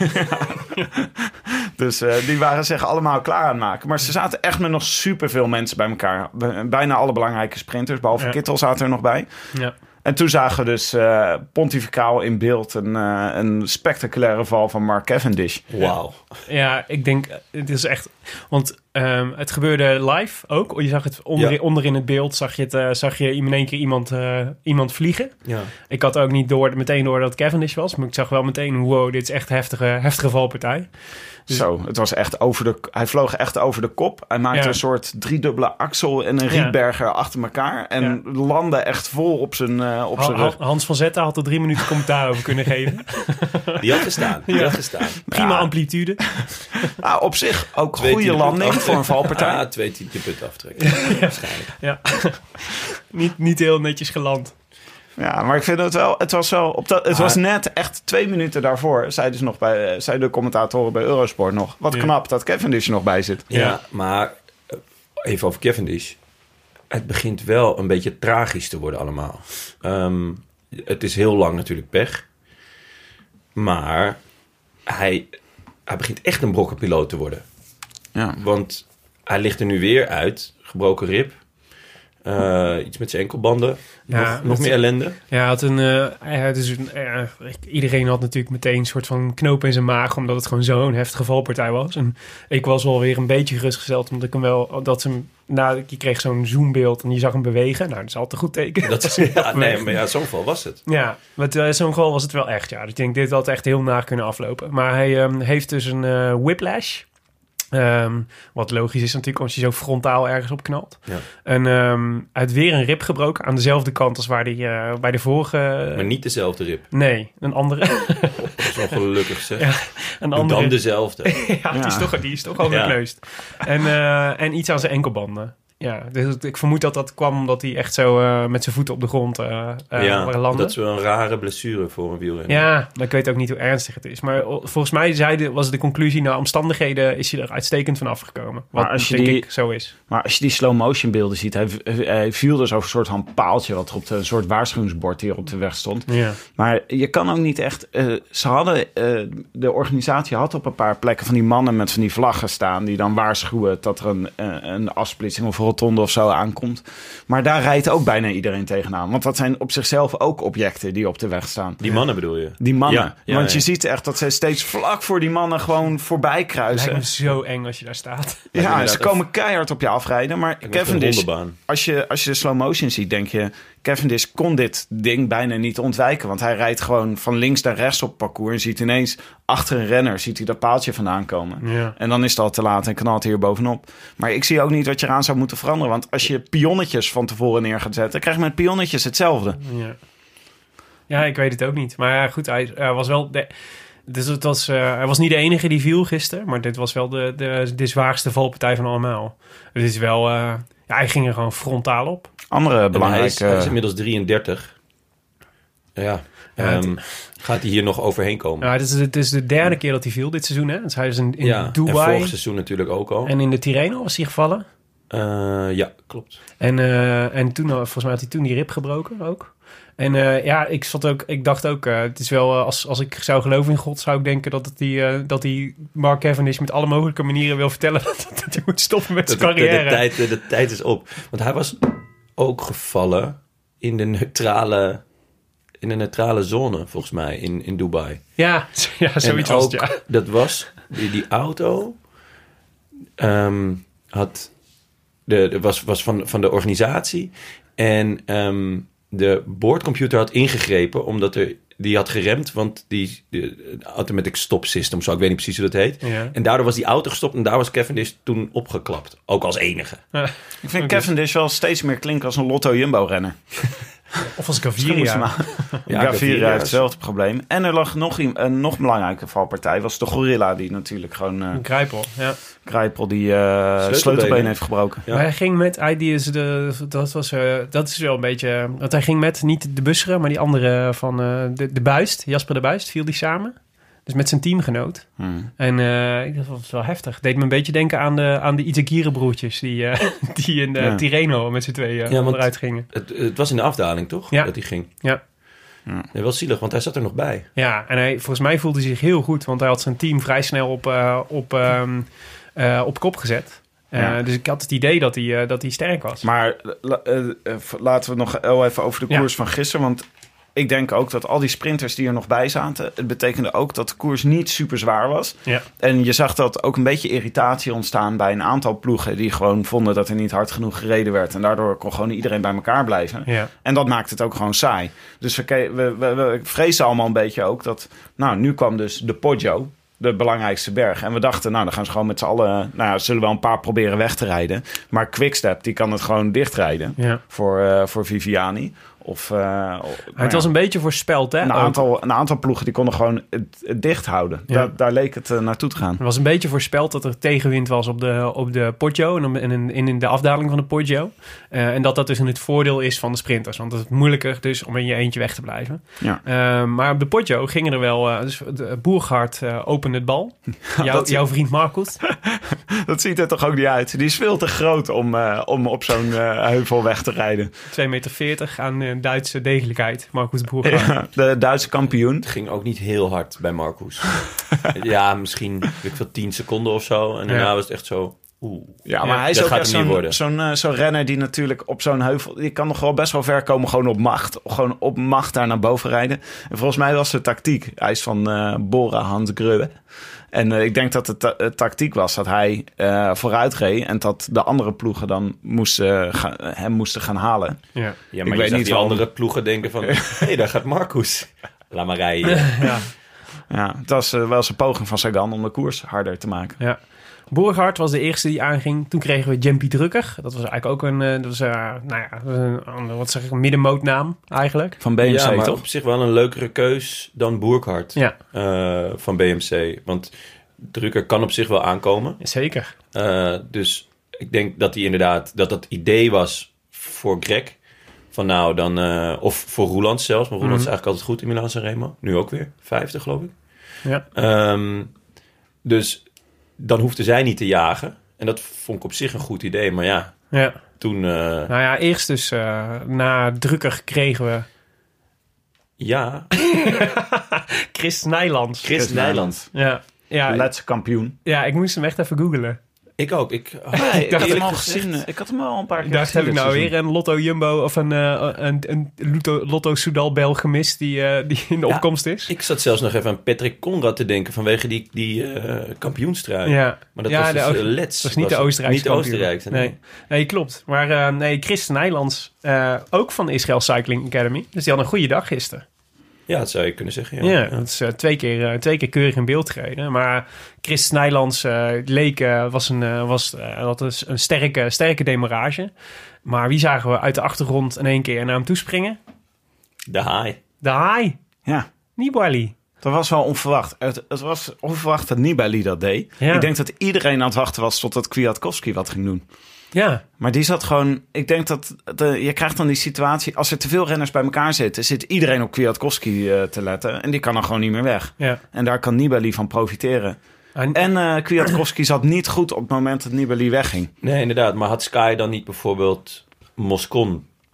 Dus uh, die waren zich allemaal klaar aan het maken. Maar ze zaten echt met nog superveel mensen bij elkaar. Bijna alle belangrijke sprinters, behalve ja. Kittel zaten er nog bij. Ja. En toen zagen we dus uh, pontificaal in beeld een, uh, een spectaculaire val van Mark Cavendish. Wauw. Ja, ik denk, het is echt... Want um, het gebeurde live ook. Je zag het onder, ja. onder in het beeld, zag je, het, uh, zag je in één keer iemand, uh, iemand vliegen. Ja. Ik had ook niet door, meteen door dat het Cavendish was. Maar ik zag wel meteen, wow, dit is echt een heftige, heftige valpartij. Dus... Zo, het was echt over de... Hij vloog echt over de kop. Hij maakte ja. een soort driedubbele axel en een Rietberger ja. achter elkaar. En ja. landde echt vol op zijn, uh, op zijn rug. Hans van Zetten had er drie minuten commentaar over kunnen geven. Die had gestaan. Die ja. had gestaan. Prima ja. amplitude. Nou, op zich ook goede landing voor een valpartij. Ja, twee tiende punten aftrekken. Ja. Waarschijnlijk. Ja. niet, niet heel netjes geland. Ja, maar ik vind het wel... Het was wel... Op dat, het ah, was net echt twee minuten daarvoor... zei dus nog bij, zei de commentatoren bij Eurosport nog... Wat ja. knap dat Cavendish er nog bij zit. Ja, ja, maar even over Cavendish. Het begint wel een beetje tragisch te worden allemaal. Um, het is heel lang natuurlijk pech. Maar hij, hij begint echt een brokkenpiloot te worden. Ja. Want hij ligt er nu weer uit. Gebroken rib. Uh, iets met zijn enkelbanden. Ja, nog, nog meer ellende. Ja, had een, uh, het is een, uh, iedereen had natuurlijk meteen een soort van knoop in zijn maag... omdat het gewoon zo'n heftige valpartij was. En ik was wel weer een beetje gerustgesteld... omdat ik hem wel... dat ze hem, nou, je kreeg zo'n zoombeeld en je zag hem bewegen. Nou, dat is altijd een goed teken. Dat is, ja, nee, maar ja, zo'n val was het. Ja, met uh, zo'n val was het wel echt, ja. Ik denk, dit had echt heel naar kunnen aflopen. Maar hij um, heeft dus een uh, whiplash... Um, wat logisch is natuurlijk als je zo frontaal ergens op knalt. Ja. En um, hij heeft weer een rib gebroken aan dezelfde kant als waar die, uh, bij de vorige... Maar niet dezelfde rib? Nee, een andere. Oh, dat is wel gelukkig zeg. Ja, een andere. Dan dezelfde. ja, ja. Die, is toch, die is toch al gekneusd. Ja. En, uh, en iets aan zijn enkelbanden. Ja, dus ik vermoed dat dat kwam omdat hij echt zo uh, met zijn voeten op de grond uh, uh, ja, landde. Dat is wel een rare blessure voor een wielrenner. Ja, maar ik weet ook niet hoe ernstig het is. Maar volgens mij zei de, was de conclusie... naar omstandigheden is hij er uitstekend van afgekomen. Wat maar als je denk die, ik zo is. Maar als je die slow motion beelden ziet... hij, hij viel dus over een soort van paaltje... wat er op de, een soort waarschuwingsbord hier op de weg stond. Ja. Maar je kan ook niet echt... Uh, ze hadden... Uh, de organisatie had op een paar plekken van die mannen... met van die vlaggen staan... die dan waarschuwen dat er een, uh, een afsplitsing... of een rotonde of zo aankomt. Maar daar rijdt ook bijna iedereen tegenaan. Want dat zijn op zichzelf ook objecten die op de weg staan. Die mannen bedoel je? Die mannen. Ja, ja, Want ja. je ziet echt dat ze steeds vlak voor die mannen gewoon voorbij kruisen. Lijkt me zo eng als je daar staat. Ja, ja ze komen keihard op je afrijden. Maar Cavendish, als je, als je de slow motion ziet, denk je... Cavendish kon dit ding bijna niet ontwijken. Want hij rijdt gewoon van links naar rechts op het parcours... en ziet ineens achter een renner ziet hij dat paaltje vandaan komen. Ja. En dan is het al te laat en knalt hij hier bovenop. Maar ik zie ook niet wat je eraan zou moeten veranderen. Want als je pionnetjes van tevoren neer gaat zetten... krijg je met pionnetjes hetzelfde. Ja, ja ik weet het ook niet. Maar ja, goed, hij uh, was wel... De... Dus het was, uh, hij was niet de enige die viel gisteren... maar dit was wel de, de, de zwaarste valpartij van allemaal. Het is wel... Uh, ja, hij ging er gewoon frontaal op. Andere belangrijke... Hij is, hij is inmiddels drieëndertig. Ja, ja um, het... gaat hij hier nog overheen komen? Ja, het, is, het is de derde keer dat hij viel dit seizoen. Hè? Dus hij is in, in ja, Dubai. En vorig seizoen natuurlijk ook al. En in de Tirreno was hij gevallen. Uh, ja, klopt. En, uh, en toen, volgens mij had hij toen die rib gebroken ook. En uh, ja, ik, zat ook, ik dacht ook, uh, het is wel, uh, als, als ik zou geloven in God, zou ik denken dat het die, uh, dat die Mark Cavendish met alle mogelijke manieren wil vertellen dat, dat hij moet stoppen met zijn carrière. De, de, tijd, de, de tijd is op. Want hij was ook gevallen in de neutrale, in de neutrale zone, volgens mij, in, in Dubai. Ja, ja zoiets was het, ja. Dat was, die, die auto um, had, de, de, was, was van, van de organisatie en um, de boordcomputer had ingegrepen omdat er, die had geremd, want die de automatic stop system, zo ik weet niet precies hoe dat heet. Ja. En daardoor was die auto gestopt en daar was Cavendish toen opgeklapt. Ook als enige. Ja. Ik vind Cavendish wel steeds meer klinken als een Lotto Jumbo-renner. Of als Gaviria. Ja, Gaviria heeft hetzelfde probleem. En er lag nog een, een nog belangrijke valpartij. Was de gorilla die natuurlijk gewoon... Uh, Grijpel, ja. Grijpel die uh, sleutelbeen heeft gebroken. Ja. Maar hij ging met... Ideas de, dat, was, uh, dat is wel een beetje... Want hij ging met niet de Busseren, maar die andere van uh, de, de Buist. Jasper de Buist, viel die samen. Dus met zijn teamgenoot. Hmm. En uh, dat was wel heftig. Deed me een beetje denken aan de, aan de Izagirre-broertjes... die, uh, die in de ja. Tirreno met z'n tweeën ja, onderuit gingen. Het, het was in de afdaling, toch? Ja. Dat hij ging. Ja. Ja. Nee, wel zielig, want hij zat er nog bij. Ja, en hij, volgens mij voelde hij zich heel goed... want hij had zijn team vrij snel op, uh, op, um, uh, op kop gezet... Uh, ja. Dus ik had het idee dat hij, uh, dat hij sterk was. Maar uh, uh, laten we nog heel even over de koers ja. van gisteren... want ik denk ook dat al die sprinters die er nog bij zaten... het betekende ook dat de koers niet super zwaar was. Ja. En je zag dat ook een beetje irritatie ontstaan... bij een aantal ploegen die gewoon vonden dat er niet hard genoeg gereden werd. En daardoor kon gewoon iedereen bij elkaar blijven. Ja. En dat maakte het ook gewoon saai. Dus we, we, we, we vreesden allemaal een beetje ook dat... nou, nu kwam dus de Poggio... de belangrijkste berg. En we dachten, nou, dan gaan ze gewoon met z'n allen... nou ja, zullen wel een paar proberen weg te rijden. Maar Quickstep, die kan het gewoon dichtrijden... Ja. voor, uh, voor Viviani. Of, uh, het was ja, een beetje voorspeld, hè? Een aantal, een aantal ploegen die konden gewoon het, het dicht houden. Ja. Daar, daar leek het uh, naartoe te gaan. Het was een beetje voorspeld dat er tegenwind was op de, op de Poggio... en in, in, in de afdaling van de Poggio. Uh, en dat dat dus in het voordeel is van de sprinters. Want het is moeilijker dus om in je eentje weg te blijven. Ja. Uh, maar op de Poggio gingen er wel... Uh, dus Boergaard uh, opende het bal. Jou, jouw vriend Marcus. Dat ziet er toch ook niet uit. Die is veel te groot om, uh, om op zo'n uh, heuvel weg te rijden. twee meter veertig aan... Uh, Duitse degelijkheid, Marcus Boergaard. Ja, de Duitse kampioen. Het ging ook niet heel hard bij Marcus. Ja, misschien ik veel tien seconden of zo. En daarna ja. was het echt zo... Oeh, ja, maar hij is ook echt zo'n, zo'n, uh, zo'n renner die natuurlijk op zo'n heuvel... die kan nog wel best wel ver komen, gewoon op macht. Gewoon op macht daar naar boven rijden. En volgens mij was de tactiek. Hij is van uh, Bora Hans Grubbe. En uh, ik denk dat het ta- tactiek was dat hij uh, vooruit reed... en dat de andere ploegen dan moesten, ga- hem moesten gaan halen. Ja, ja maar ik weet niet die waarom... andere ploegen denken van... hé, hey, daar gaat Marcus. Laat maar rijden. Ja, ja het was uh, wel zijn poging van Sagan om de koers harder te maken. Ja. Boergaard was de eerste die aanging. Toen kregen we Jempie Drucker. Dat was eigenlijk ook een, dat was, uh, nou ja, een, wat zeg ik, een middenmootnaam eigenlijk. Van B M C, ja, maar toch? Op zich wel een leukere keus dan Boergaard ja. uh, van B M C. Want Drucker kan op zich wel aankomen. Zeker. Uh, dus ik denk dat hij inderdaad, dat dat idee was voor Greg. Van nou dan, uh, of voor Roeland zelfs. Maar Roeland mm-hmm. is eigenlijk altijd goed in Milaan-San Remo. Nu ook weer, vijfde geloof ik. Ja. Um, dus... dan hoefde zij niet te jagen. En dat vond ik op zich een goed idee. Maar ja, ja. toen... Uh... Nou ja, eerst dus uh, na Drucker kregen we... Ja. Chris Nijlands. Chris, Chris Nijlands. Ja. ja. De laatste kampioen. Ja, ik moest hem echt even googlen. Ik ook. Ik, oh, nee, ik, dacht, ik, al gezien, ik had hem al een paar keer dacht, heb ik nou weer een Lotto Jumbo of een, uh, een, een Lotto, Lotto Soudal Bel gemist die, uh, die in de ja, opkomst is? Ik zat zelfs nog even aan Patrick Conrad te denken vanwege die, die uh, kampioenstrui. Ja. Maar dat ja, was dus de, uh, Let's. Dat was niet was de Oostenrijkse Niet de Oostenrijkse, nee. nee. Nee, klopt. Maar uh, nee, Chris Nijlands, uh, ook van Israel Cycling Academy. Dus die had een goede dag gisteren. Ja, dat zou je kunnen zeggen. Ja, ja dat is uh, twee, keer, uh, twee keer keurig in beeld gereden. Maar Chris Nijlands uh, leek, uh, was, een, uh, was uh, had een sterke, sterke demarrage. Maar wie zagen we uit de achtergrond in één keer naar hem toespringen? De haai. De haai? Ja. Nibali. Dat was wel onverwacht. Het, het was onverwacht dat Nibali dat deed. Ja. Ik denk dat iedereen aan het wachten was totdat Kwiatkowski wat ging doen. Ja. Maar die zat gewoon... Ik denk dat... De, je krijgt dan die situatie... Als er te veel renners bij elkaar zitten... zit iedereen op Kwiatkowski uh, te letten. En die kan dan gewoon niet meer weg. Ja. En daar kan Nibali van profiteren. En, en uh, Kwiatkowski zat niet goed op het moment dat Nibali wegging. Nee, inderdaad. Maar had Sky dan niet bijvoorbeeld Moscon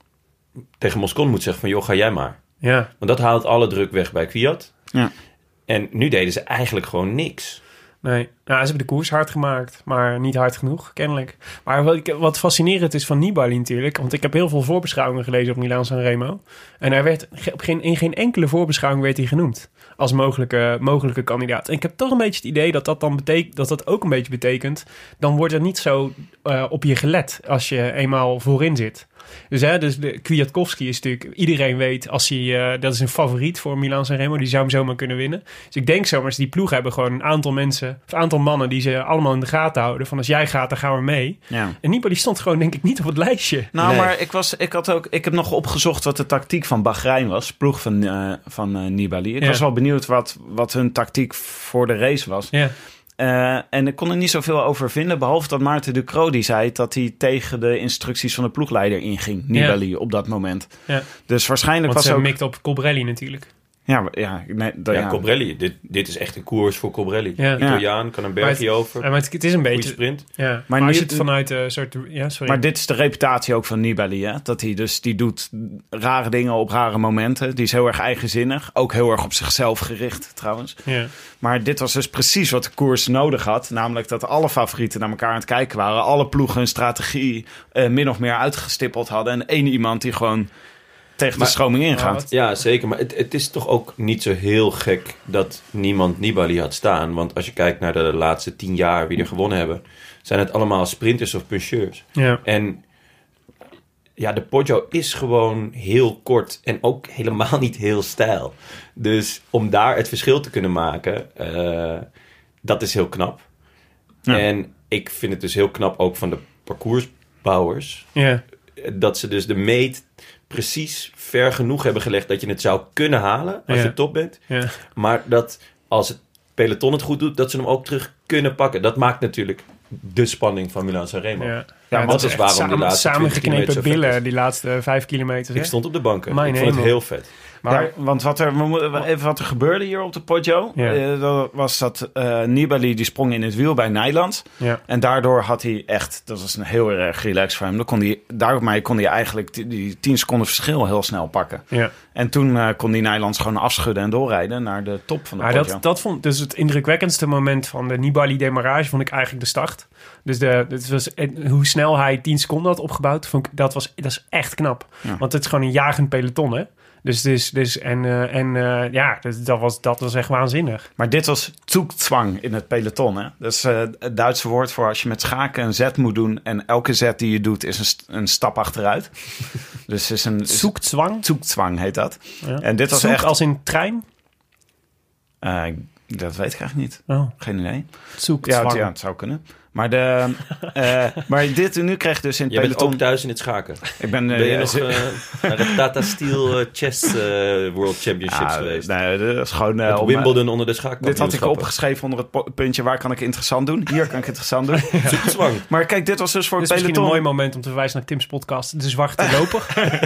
tegen Moscon moet zeggen van... joh, ga jij maar. Ja. Want dat haalt alle druk weg bij Kwiat. Ja. En nu deden ze eigenlijk gewoon niks. Nee, nou, ze hebben de koers hard gemaakt, maar niet hard genoeg, kennelijk. Maar wat, ik, wat fascinerend is van Nibali natuurlijk... want ik heb heel veel voorbeschouwingen gelezen op Milaan-San Remo... en hij werd, op geen, in geen enkele voorbeschouwing werd hij genoemd... als mogelijke, mogelijke kandidaat. En ik heb toch een beetje het idee dat dat, dan betekent, dat dat ook een beetje betekent... dan wordt er niet zo uh, op je gelet als je eenmaal voorin zit... Dus, hè, dus de Kwiatkowski is natuurlijk... Iedereen weet, als hij, uh, dat is een favoriet voor Milaan-San Remo. Die zou hem zomaar kunnen winnen. Dus ik denk zomaar, die ploeg hebben gewoon een aantal mensen... of een aantal mannen die ze allemaal in de gaten houden. Van als jij gaat, dan gaan we mee. Ja. En Nibali stond gewoon denk ik niet op het lijstje. Nou, Nee. maar ik, was, ik, had ook, ik heb nog opgezocht wat de tactiek van Bahrein was. Ploeg van, uh, van uh, Nibali. Ik Ja. was wel benieuwd wat, wat hun tactiek voor de race was. Ja. Uh, en ik kon er niet zoveel over vinden. Behalve dat Maarten Ducrot die zei dat hij tegen de instructies van de ploegleider inging. Nibali Ja. op dat moment. Ja. Dus waarschijnlijk Want was ze ook... mikt op Colbrelli natuurlijk. Ja, ja, nee, dat, Ja, ja. Colbrelli. Dit, dit is echt een koers voor Colbrelli. Ja. Italiaan, kan een bergje Maar over. Ja, maar het, het is een Goeie beetje... sprint. Ja. Maar, als nu- je het vanuit een soort... Ja, sorry. Maar dit is de reputatie ook van Nibali, hè? Dat hij dus, die doet rare dingen op rare momenten. Die is heel erg eigenzinnig. Ook heel erg op zichzelf gericht, trouwens. Ja. Maar dit was dus precies wat de koers nodig had. Namelijk dat alle favorieten naar elkaar aan het kijken waren. Alle ploegen hun strategie uh, min of meer uitgestippeld hadden. En één iemand die gewoon tegen Maar- de stroming Maar ingaat. wat- Ja, zeker. Maar het, het is toch ook niet zo heel gek dat niemand Nibali had staan. Want als je kijkt naar de laatste tien jaar wie er gewonnen hebben... zijn het allemaal sprinters of puncheurs. Ja. En ja, de Poggio is gewoon heel kort en ook helemaal niet heel stijl. Dus om daar het verschil te kunnen maken, uh, dat is heel knap. Ja. En ik vind het dus heel knap ook van de parcoursbouwers... Ja. dat ze dus de meet precies ver genoeg hebben gelegd... dat je het zou kunnen halen als Ja. je top bent. Ja. Maar dat als het peloton het goed doet, dat ze hem ook terug kunnen pakken. Dat maakt natuurlijk de spanning van Milaan-San Remo. Ja. Ja, Ja, dat dat is is waarom waarom die samen, laatste twintig samengeknepen kilometer zo vet billen, is. die laatste vijf kilometer. Ik hè? stond op de banken. Mijn ik vond het hemel. heel vet. Maar Ja, want wat er, we moeten even wat er gebeurde hier op de Poggio... Ja. eh, dat was dat uh, Nibali die sprong in het wiel bij Nijland. ja. En daardoor had hij echt... Dat was een heel erg relaxed voor hem. Dan kon hij, daarmee kon hij eigenlijk die, die tien seconden verschil heel snel pakken. Ja. En toen uh, kon die Nijlands gewoon afschudden en doorrijden... naar de top van de Maar Poggio. dat, dat vond dus het indrukwekkendste moment van de Nibali-demarrage vond ik eigenlijk de start. Dus de, het was, hoe snel hij tien seconden had opgebouwd, vond ik, dat, was, dat is echt knap. Ja. Want het is gewoon een jagend peloton, hè? Dus, dus, dus en, uh, en uh, ja, dus dat, was, dat was echt waanzinnig. Maar dit was Zugzwang in het peloton. Hè? Dat is uh, het Duitse woord voor als je met schaken een zet moet doen... en elke zet die je doet is een, st- een stap achteruit. Dus is een... Zoekzwang. Zugzwang heet dat. Ja. En dit was Zoek echt... als in trein? Uh, dat weet ik eigenlijk niet. Oh, Geen idee. zoekzwang. Ja, het, ja, het zou kunnen. Maar, de, uh, maar dit, nu krijg je dus in het Jij bent peloton... ook thuis in het schaken. Ik ben, uh, Ben je ja, nog ze- uh, naar de Tata Steel uh, Chess uh, World Championships ja, geweest? nee, dat is gewoon... Uh, Het om, uh, Wimbledon onder de dit had ik schaakkampioenschappen. opgeschreven onder het po- puntje... waar kan ik interessant doen? Hier kan ik interessant doen. Zoekzwang. Maar kijk, dit was dus voor Dit het is misschien peloton... een mooi moment om te verwijzen naar Tim's podcast. De Zwarte Loper.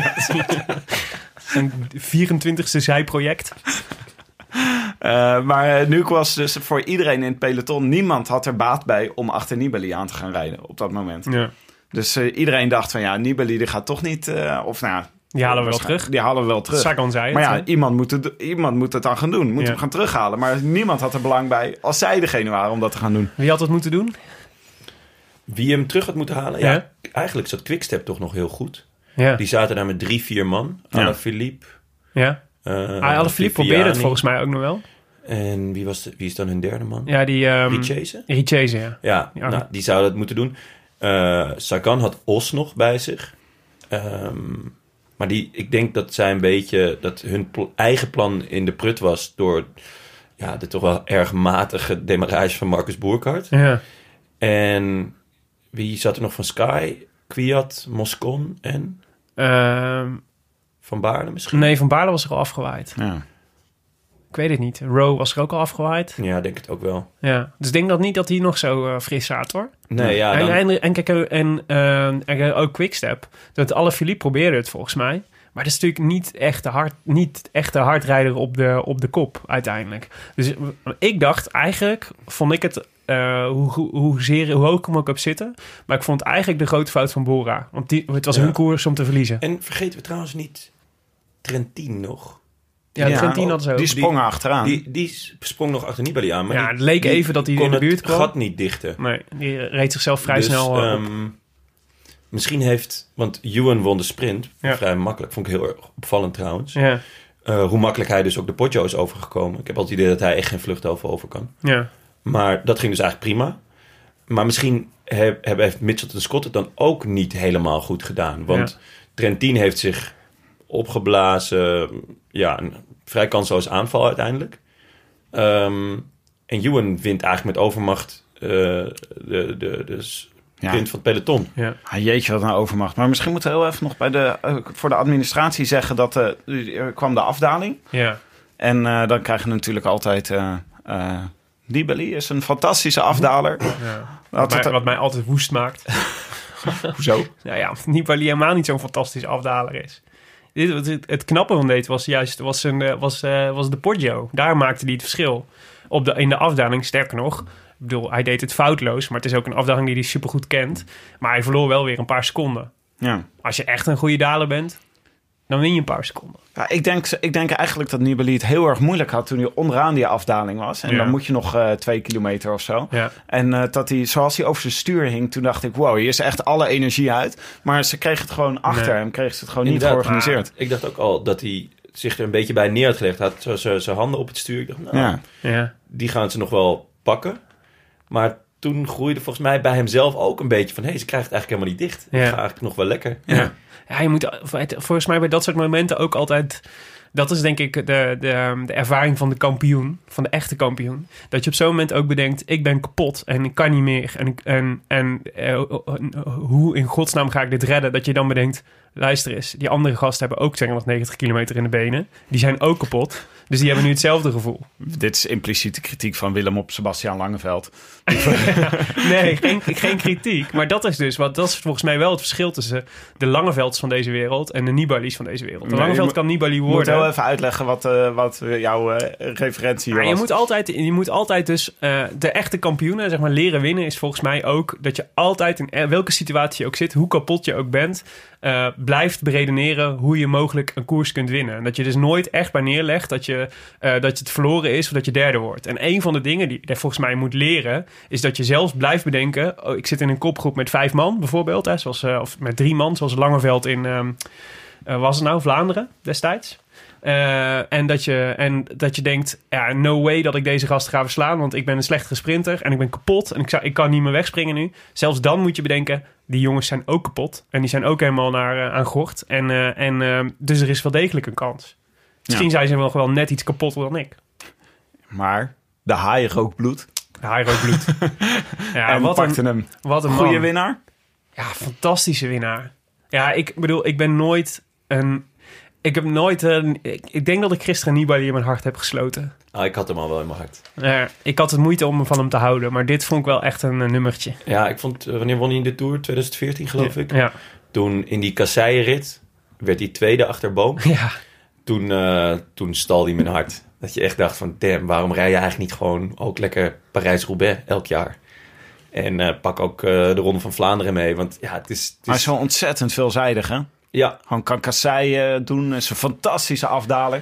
Een vierentwintigste zijproject. Uh, maar uh, nu was dus voor iedereen in het peloton... niemand had er baat bij om achter Nibali aan te gaan rijden op dat moment. Ja. Dus uh, iedereen dacht van ja, Nibali die gaat toch niet... Uh, of nou, ja, Die halen we wel waarschijnlijk- terug. Die halen we wel terug. Sagan zei het. Maar ja, hè? iemand moet, het, iemand moet het dan gaan doen. Moet Ja. hem gaan terughalen. Maar niemand had er belang bij als zij degene waren om dat te gaan doen. Wie had dat moeten doen? Wie hem terug had moeten halen? Ja, Ja. eigenlijk zat Quickstep toch nog heel goed. Ja. Die zaten daar met drie, vier man. Ja. Alaphilippe. Ja. Uh, Ah, Alaphilippe probeerde het volgens mij ook nog wel. En wie, was de, wie is dan hun derde man? Ja, die... Um, Richese? Richese, ja. Ja, Ja. nou, die zou dat moeten doen. Uh, Sagan had Os nog bij zich. Um, maar die, ik denk dat zij een beetje... dat hun pl- eigen plan in de prut was... door ja, de toch wel erg matige demarrage van Marcus Bourcard. Ja. En wie zat er nog van Sky? Kwiat, Moscon en Um, Van Baarle misschien? nee, Van Baarle was er al afgewaaid. Ja. Ik weet het niet. Rowe was er ook al afgewaaid. Ja, denk het ook wel. Ja. Dus ik denk dat niet dat hij nog zo uh, fris zat, hoor. Nee, ja, en, dan, en, en kijk, uh, en, uh, en ook Quickstep. Dat Alaphilippe probeerde het volgens mij. Maar dat is natuurlijk niet echt de, hard, niet echt de hardrijder op de, op de kop uiteindelijk. Dus ik dacht eigenlijk, vond ik het uh, hoe, hoe, hoe, zeer, hoe hoog ik hem ook heb zitten. Maar ik vond eigenlijk de grote fout van Bora. Want die, het was ja. hun koers om te verliezen. En vergeten we trouwens niet Trentin nog. Ja, ja Trentin had zo. Die sprong achteraan. Die, die sprong nog achter Nibali aan. Maar ja, die, het leek die even dat hij in de buurt kwam. Het gat niet dichten. Nee, die reed zichzelf vrij dus, snel uh, um, misschien heeft... Want Ewan won de sprint. Ja. Vrij makkelijk. Vond ik heel erg opvallend trouwens. Ja. Uh, hoe makkelijk hij dus ook de Poggio is overgekomen. Ik heb altijd het idee dat hij echt geen vluchthoofd over kan. Ja. Maar dat ging dus eigenlijk prima. Maar misschien he, heeft Mitchelton Scott het dan ook niet helemaal goed gedaan. Want ja. Trentin heeft zich opgeblazen. Ja, een vrij kansloos aanval uiteindelijk. Um, en Ewan wint eigenlijk met overmacht uh, de, de, de, de sprint ja. van het peloton. Ja. Ah, jeetje, wat een overmacht. Maar misschien moeten we heel even nog bij de, uh, voor de administratie zeggen dat uh, er kwam de afdaling. Ja. En uh, dan krijg je natuurlijk altijd... Uh, uh, Nibali is een fantastische afdaler. Ja. Wat, mij, wat mij altijd woest maakt. Hoezo? Nou ja, Nibali helemaal niet zo'n fantastische afdaler is. Dit, het, het knappe van deze was juist was een, was, uh, was de Poggio. Daar maakte hij het verschil. Op de, in de afdaling, sterker nog. Ik bedoel, hij deed het foutloos. Maar het is ook een afdaling die hij supergoed kent. Maar hij verloor wel weer een paar seconden. Ja. Als je echt een goede daler bent, dan win je een paar seconden. Ja, ik, denk, ik denk eigenlijk dat Nibali het heel erg moeilijk had toen hij onderaan die afdaling was. En ja. dan moet je nog uh, twee kilometer of zo. Ja. En uh, dat hij, zoals hij over zijn stuur hing, toen dacht ik, wow, hier is echt alle energie uit. Maar ze kreeg het gewoon achter nee. hem, kreeg ze het gewoon Inderdaad, niet georganiseerd. Ik dacht ook al dat hij zich er een beetje bij neer had gelegd. Hij had zo zijn handen op het stuur. Ik dacht, nou, ja. Ja. die gaan ze nog wel pakken. Maar toen groeide volgens mij bij hemzelf ook een beetje van... hé, hey, ze krijgt het eigenlijk helemaal niet dicht. Ja. Het gaat eigenlijk nog wel lekker. Ja. Ja. Ja, je moet volgens mij bij dat soort momenten ook altijd... Dat is denk ik de, de, de ervaring van de kampioen, van de echte kampioen. Dat je op zo'n moment ook bedenkt, ik ben kapot en ik kan niet meer. En, en, en uh, hoe in godsnaam ga ik dit redden? Dat je dan bedenkt, luister eens, die andere gasten hebben ook tweehonderdnegentig kilometer in de benen. Die zijn ook kapot. Dus die hebben nu hetzelfde gevoel. Dit is impliciete kritiek van Willem op Sebastian Langeveld. Nee, geen, geen kritiek. Maar dat is dus wat, dat is volgens mij wel het verschil tussen de Langevelds van deze wereld en de Nibali's van deze wereld. De nee, Langeveld kan Nibali worden. Je moet wel even uitleggen wat, uh, wat jouw uh, referentie was. Ja, je moet altijd, je moet altijd dus uh, de echte kampioenen, zeg maar, leren winnen is volgens mij ook dat je altijd in welke situatie je ook zit, hoe kapot je ook bent, uh, blijft beredeneren hoe je mogelijk een koers kunt winnen. En dat je dus nooit echt bij neerlegt dat je, uh, dat je het verloren is of dat je derde wordt. En een van de dingen die je volgens mij moet leren is dat je zelfs blijft bedenken, oh, ik zit in een kopgroep met vijf man bijvoorbeeld, hè, zoals, uh, of met drie man, zoals Langeveld in, um, uh, was het nou, Vlaanderen destijds. Uh, en, dat je, en dat je denkt, ja, no way dat ik deze gast ga verslaan, want ik ben een slechtere sprinter en ik ben kapot en ik, zou, ik kan niet meer wegspringen nu. Zelfs dan moet je bedenken, die jongens zijn ook kapot en die zijn ook helemaal naar, uh, aan gort. En, uh, en, uh, dus er is wel degelijk een kans. Misschien ja. zijn ze nog wel net iets kapotter dan ik. Maar de haai rookt bloed. De haai rookt bloed. Ja, en wat pakte een, hem. Wat een goede man. winnaar? Ja, fantastische winnaar. Ja, ik bedoel, ik ben nooit een... Ik heb nooit... Een, ik, ik denk dat ik gisteren Nibali in mijn hart heb gesloten. Ah, ik had hem al wel in mijn hart. Ja, ik had het moeite om van hem te houden. Maar dit vond ik wel echt een, een nummertje. Ja, ik vond... Uh, wanneer won hij in de Tour? twintig veertien, geloof ja, ik. Ja. Toen in die kasseien-rit werd hij tweede achter Boom. Ja. Toen, uh, toen stal hij mijn hart. Dat je echt dacht van... damn, waarom rij je eigenlijk niet gewoon ook lekker Parijs-Roubaix elk jaar? En uh, pak ook uh, de Ronde van Vlaanderen mee. Want ja, het is... Het is... Hij is wel ontzettend veelzijdig, hè? Ja. Gewoon kan kasseien doen. Is een fantastische afdaler.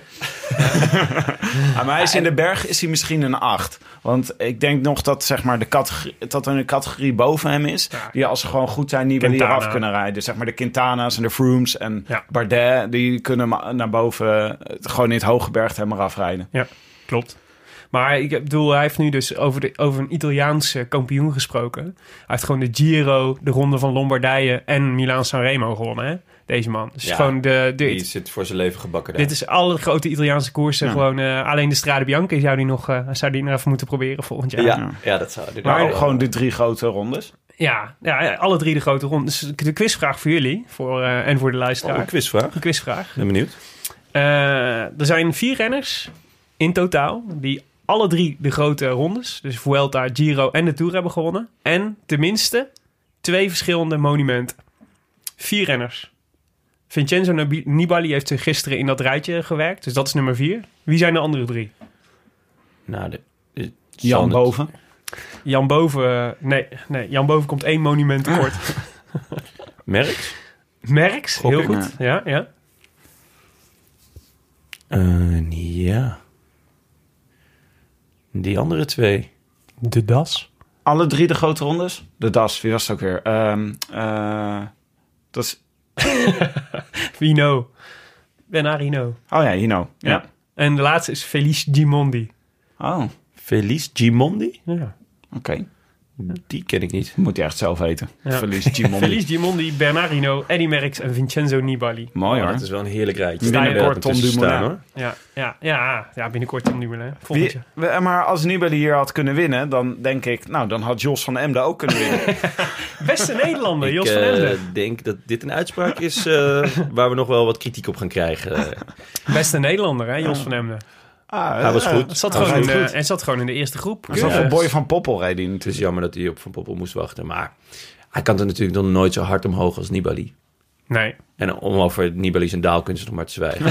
Ja, maar hij is in de berg is hij misschien een acht. Want ik denk nog dat, zeg maar, de categorie, dat er een categorie boven hem is. Ja. Die als ze gewoon goed zijn, niet meer af kunnen rijden. Zeg maar de Quintana's en de Froomes en ja. Bardet. Die kunnen naar boven gewoon in het hoge berg helemaal afrijden. Ja, klopt. Maar ik bedoel, hij heeft nu dus over, de, over een Italiaanse kampioen gesproken. Hij heeft gewoon de Giro, de Ronde van Lombardije en Milaan-Sanremo gewonnen, hè? Deze man. Dus ja, gewoon de, de, die zit voor zijn leven gebakken daar. Dit is alle grote Italiaanse koersen. Ja. Gewoon, uh, alleen de Strade Bianca zou die nog, uh, zou die nog even moeten proberen volgend jaar. Ja, ja dat zou. Maar ook gewoon de drie grote rondes. Ja, ja, alle drie de grote rondes. De quizvraag voor jullie voor, uh, en voor de luisteraar. Oh, een quizvraag? Een quizvraag. Ben benieuwd. Uh, er zijn vier renners in totaal die alle drie de grote rondes, dus Vuelta, Giro en de Tour hebben gewonnen. En tenminste twee verschillende monumenten. Vier renners. Vincenzo Nibali heeft gisteren in dat rijtje gewerkt, dus dat is nummer vier. Wie zijn de andere drie? Nou, de, de, Jan Boven. Jan Boven... Nee, nee, Jan Boven komt één monument tekort. Merks? Merks, Gok heel ik. goed. Ja, ja. Uh, ja. Die andere twee. De Das. Alle drie de grote rondes? De Das, wie was het ook weer? Um, uh, dat is... Hino. Bernard Hinault. Oh ja, Hino. Ja. Ja. En de laatste is Felice Gimondi. Oh, Felice Gimondi? Ja. oké. Okay. Die ken ik niet. Moet je echt zelf weten. Ja. Felice Gimondi. Felice Gimondi, Bernard Hinault, Eddy Merckx en Vincenzo Nibali. Mooi Oh, hoor. dat is wel een heerlijk rijtje. Binnenkort Tom Dumoulin. hoor. Ja, ja, ja, ja, binnenkort Tom Dumoulin. Volgend Wie, jaar. maar als Nibali hier had kunnen winnen, dan denk ik... Nou, dan had Jos van Emden ook kunnen winnen. Beste Nederlander, Ik Jos van uh, Emden. denk dat dit een uitspraak is uh, waar we nog wel wat kritiek op gaan krijgen. Beste Nederlander, hè, Jos van Emden. Ah, Hij was uh, goed. Het zat, Hij gewoon in was de, goed. hij zat gewoon in de eerste groep. Hij zat Ja. voor Boy van Poppel reed hij Het is natuurlijk. jammer dat hij op Van Poppel moest wachten. Maar hij kan er natuurlijk nog nooit zo hard omhoog als Nibali. Nee. En om over Nibali zijn daalkunst nog maar te zwijgen.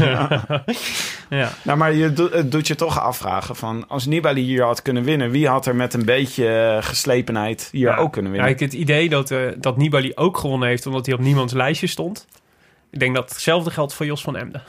Ja. Nou, maar je do- het doet je toch afvragen van... Als Nibali hier had kunnen winnen... Wie had er met een beetje uh, geslepenheid hier Ja. ook kunnen Ja, winnen? ik heb het idee dat, uh, dat Nibali ook gewonnen heeft... omdat hij op niemands lijstje stond. Ik denk dat hetzelfde geldt voor Jos van Emden.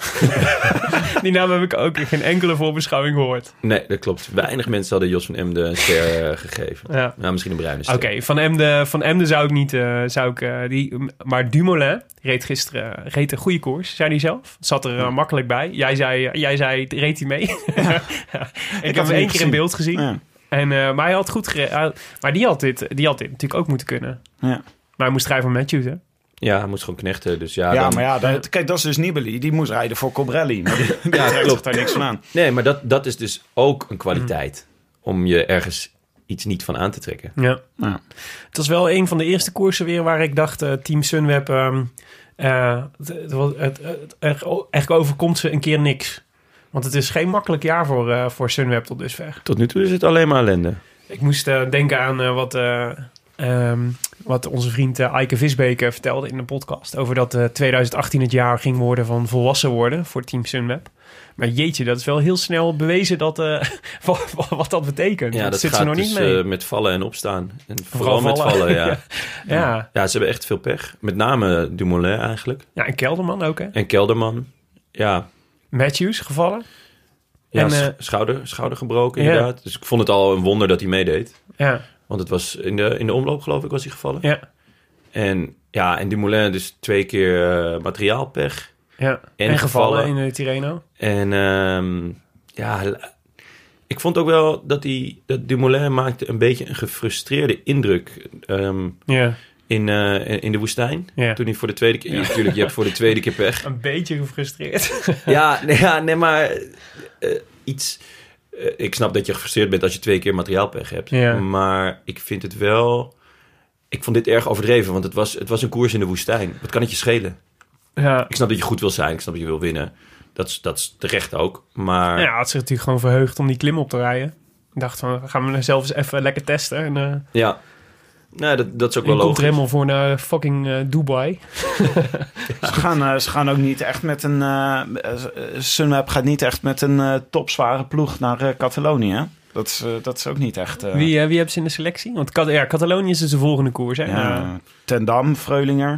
Die naam heb ik ook in geen enkele voorbeschouwing gehoord. Nee, dat klopt. Weinig mensen hadden Jos van Emden een ster uh, gegeven. Ja. Nou, misschien een bruine ster. Oké, okay, van Emden, van Emden zou ik niet... Uh, zou ik, uh, die, maar Dumoulin reed gisteren uh, reed een goede koers, zei hij zelf. Zat er uh, makkelijk bij. Jij zei, uh, jij zei reed hij mee? Ja. ik, ik heb hem één keer in beeld gezien. Ja. En, uh, maar hij had goed gereden. Maar die had, dit, die had dit natuurlijk ook moeten kunnen. Ja. Maar hij moest rijden van Matthews, hè? Ja, hij moest gewoon knechten. Dus ja, ja dan... maar ja, dat, kijk, dat is dus Nibali. Die moest rijden voor Colbrelli. Maar die, die ja, trekt klopt daar niks van aan. Nee, maar dat, dat is dus ook een kwaliteit. Mm. Om je ergens iets niet van aan te trekken. Ja. ja. Het was wel een van de eerste koersen weer waar ik dacht... Uh, Team Sunweb... Um, uh, het, het, het, het, eigenlijk overkomt ze een keer niks. Want het is geen makkelijk jaar voor, uh, voor Sunweb tot dusver. Tot nu toe is het alleen maar ellende. Ik moest uh, denken aan uh, wat... Uh, Um, wat onze vriend uh, Eike Visbeke vertelde in de podcast... over dat uh, twintig achttien het jaar ging worden van volwassen worden... voor Team Sunweb. Maar jeetje, dat is wel heel snel bewezen dat, uh, wat, wat dat betekent. Ja, dat, dat zit gaat ze nog dus niet mee. Uh, met vallen en opstaan. En Vooral vooral, met vallen, vallen, ja. ja. ja. Ja, ze hebben echt veel pech. Met name Dumoulin eigenlijk. Ja, en Kelderman ook, hè? En Kelderman, ja. Matthews gevallen. Ja, en, uh, schouder, schouder gebroken inderdaad. Ja. Dus ik vond het al een wonder dat hij meedeed. Ja. Want het was in de, in de omloop, geloof ik, was hij gevallen. Ja. En ja, en Dumoulin dus twee keer uh, materiaalpech. Ja, en, en gevallen, gevallen in de Tirreno. En um, ja, ik vond ook wel dat, hij, dat Dumoulin maakte een beetje een gefrustreerde indruk um, ja. in, uh, in de woestijn. Ja. Toen hij voor de tweede keer... Ja. Natuurlijk, je hebt voor de tweede keer pech. Een beetje gefrustreerd. ja, nee, ja, nee, maar uh, iets... Uh, ik snap dat je gefrustreerd bent als je twee keer materiaalpech hebt. Ja. Maar ik vind het wel... Ik vond dit erg overdreven, want het was, het was een koers in de woestijn. Wat kan het je schelen? Ja. Ik snap dat je goed wil zijn. Ik snap dat je wil winnen. Dat is, dat is terecht ook. Maar... Ja, had zich natuurlijk gewoon verheugd om die klim op te rijden. Ik dacht van, gaan we zelf eens even lekker testen. En, uh, ja. Nee, dat, dat is ook wel logisch. Je komt helemaal voor naar fucking uh, Dubai. ze, gaan, uh, ze gaan ook niet echt met een... Uh, Sunweb gaat niet echt met een uh, topzware ploeg naar uh, Catalonië, hè? Dat is, uh, dat is ook niet echt... Uh... Wie, uh, wie hebben ze in de selectie? Want ja, Catalonië is dus de volgende koers, hè? Ja, uh, Ten Dam, Freulinger,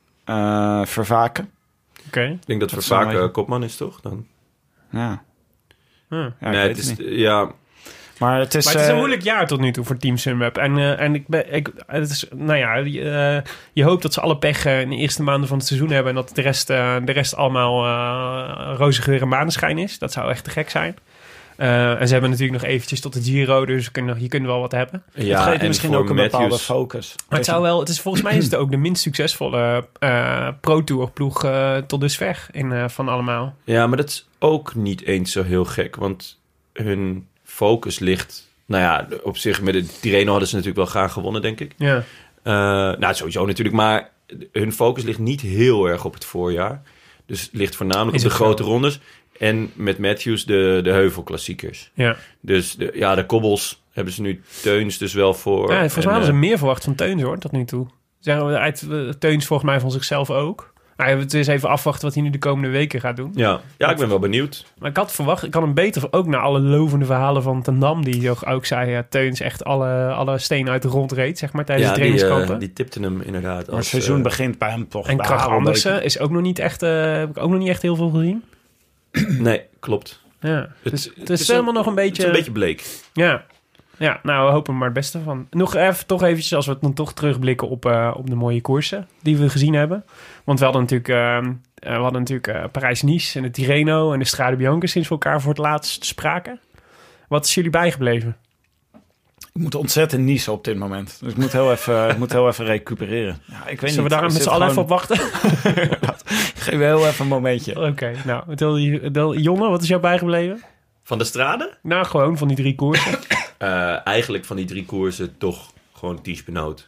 uh, Vervaken. Oké. Okay. Ik denk dat, dat Vervaken beetje... kopman is, toch? Dan? Ja. Huh. ja nee, het is... Niet. Ja... Maar het is, maar het is een uh, moeilijk jaar tot nu toe voor Team Sunweb. En, uh, en ik ben, ik, het is, nou ja, uh, je hoopt dat ze alle pech uh, in de eerste maanden van het seizoen hebben en dat de rest, uh, de rest allemaal uh, roze geur en maneschijn is. Dat zou echt te gek zijn. Uh, en ze hebben natuurlijk nog eventjes tot de Giro, dus je kunt, je kunt wel wat hebben. Ja, het geeft en misschien ook een Matthews, bepaalde focus. Maar het zou wel, het is, volgens mij is het ook de minst succesvolle uh, Pro-Tour ploeg uh, tot dusver in, uh, van allemaal. Ja, maar dat is ook niet eens zo heel gek, want hun focus ligt... Nou ja, op zich met de Tirreno hadden ze natuurlijk wel graag gewonnen, denk ik. Ja. Uh, nou, sowieso natuurlijk, maar hun focus ligt niet heel erg op het voorjaar. Dus het ligt voornamelijk is op de grote zo? rondes. En met Matthews de, de heuvelklassiekers. Ja. Dus de, ja, de kobbels hebben ze nu Teuns dus wel voor. Ja, volgens mij hadden ze meer verwacht van Teuns, hoor, tot nu toe. Zeggen we uit Teuns volgens mij van zichzelf ook. Nou, we moeten eens even afwachten wat hij nu de komende weken gaat doen. Ja, ja ik ben wel benieuwd. Maar ik had verwacht, ik had hem beter, ook na alle lovende verhalen van Ten Dam, die ook, ook zei, ja, Teuns echt alle, alle stenen uit de grond reed, zeg maar, tijdens Ja, de die, trainingskampen. uh, die tipte hem inderdaad. Maar Als, het seizoen uh, begint bij hem toch. En bij Krach Havelbeek. Andersen is ook nog niet echt, uh, heb ik ook nog niet echt heel veel gezien. Nee, klopt. Ja, Het, dus het, het is helemaal nog een beetje... Het is een beetje bleek. Ja. Ja, nou, we hopen er maar het beste van. Nog even, toch eventjes, als we het dan toch terugblikken op, uh, op de mooie koersen die we gezien hebben. Want we hadden natuurlijk, uh, uh, we hadden natuurlijk uh, Parijs-Nice en de Tirreno en de Strade Bianca sinds we elkaar voor het laatst spraken. Wat is jullie bijgebleven? Ik moet ontzettend niezen op dit moment. Dus ik moet heel even, ik moet heel even recupereren. Ja, ik weet Zullen we niet. daar met z'n allen even op wachten? Geef me heel even een momentje. Oké, okay, nou, vertel, vertel, Jonne, wat is jou bijgebleven? Van de Strade? Nou, gewoon van die drie koersen. Uh, eigenlijk van die drie koersen toch gewoon Ties Benoot.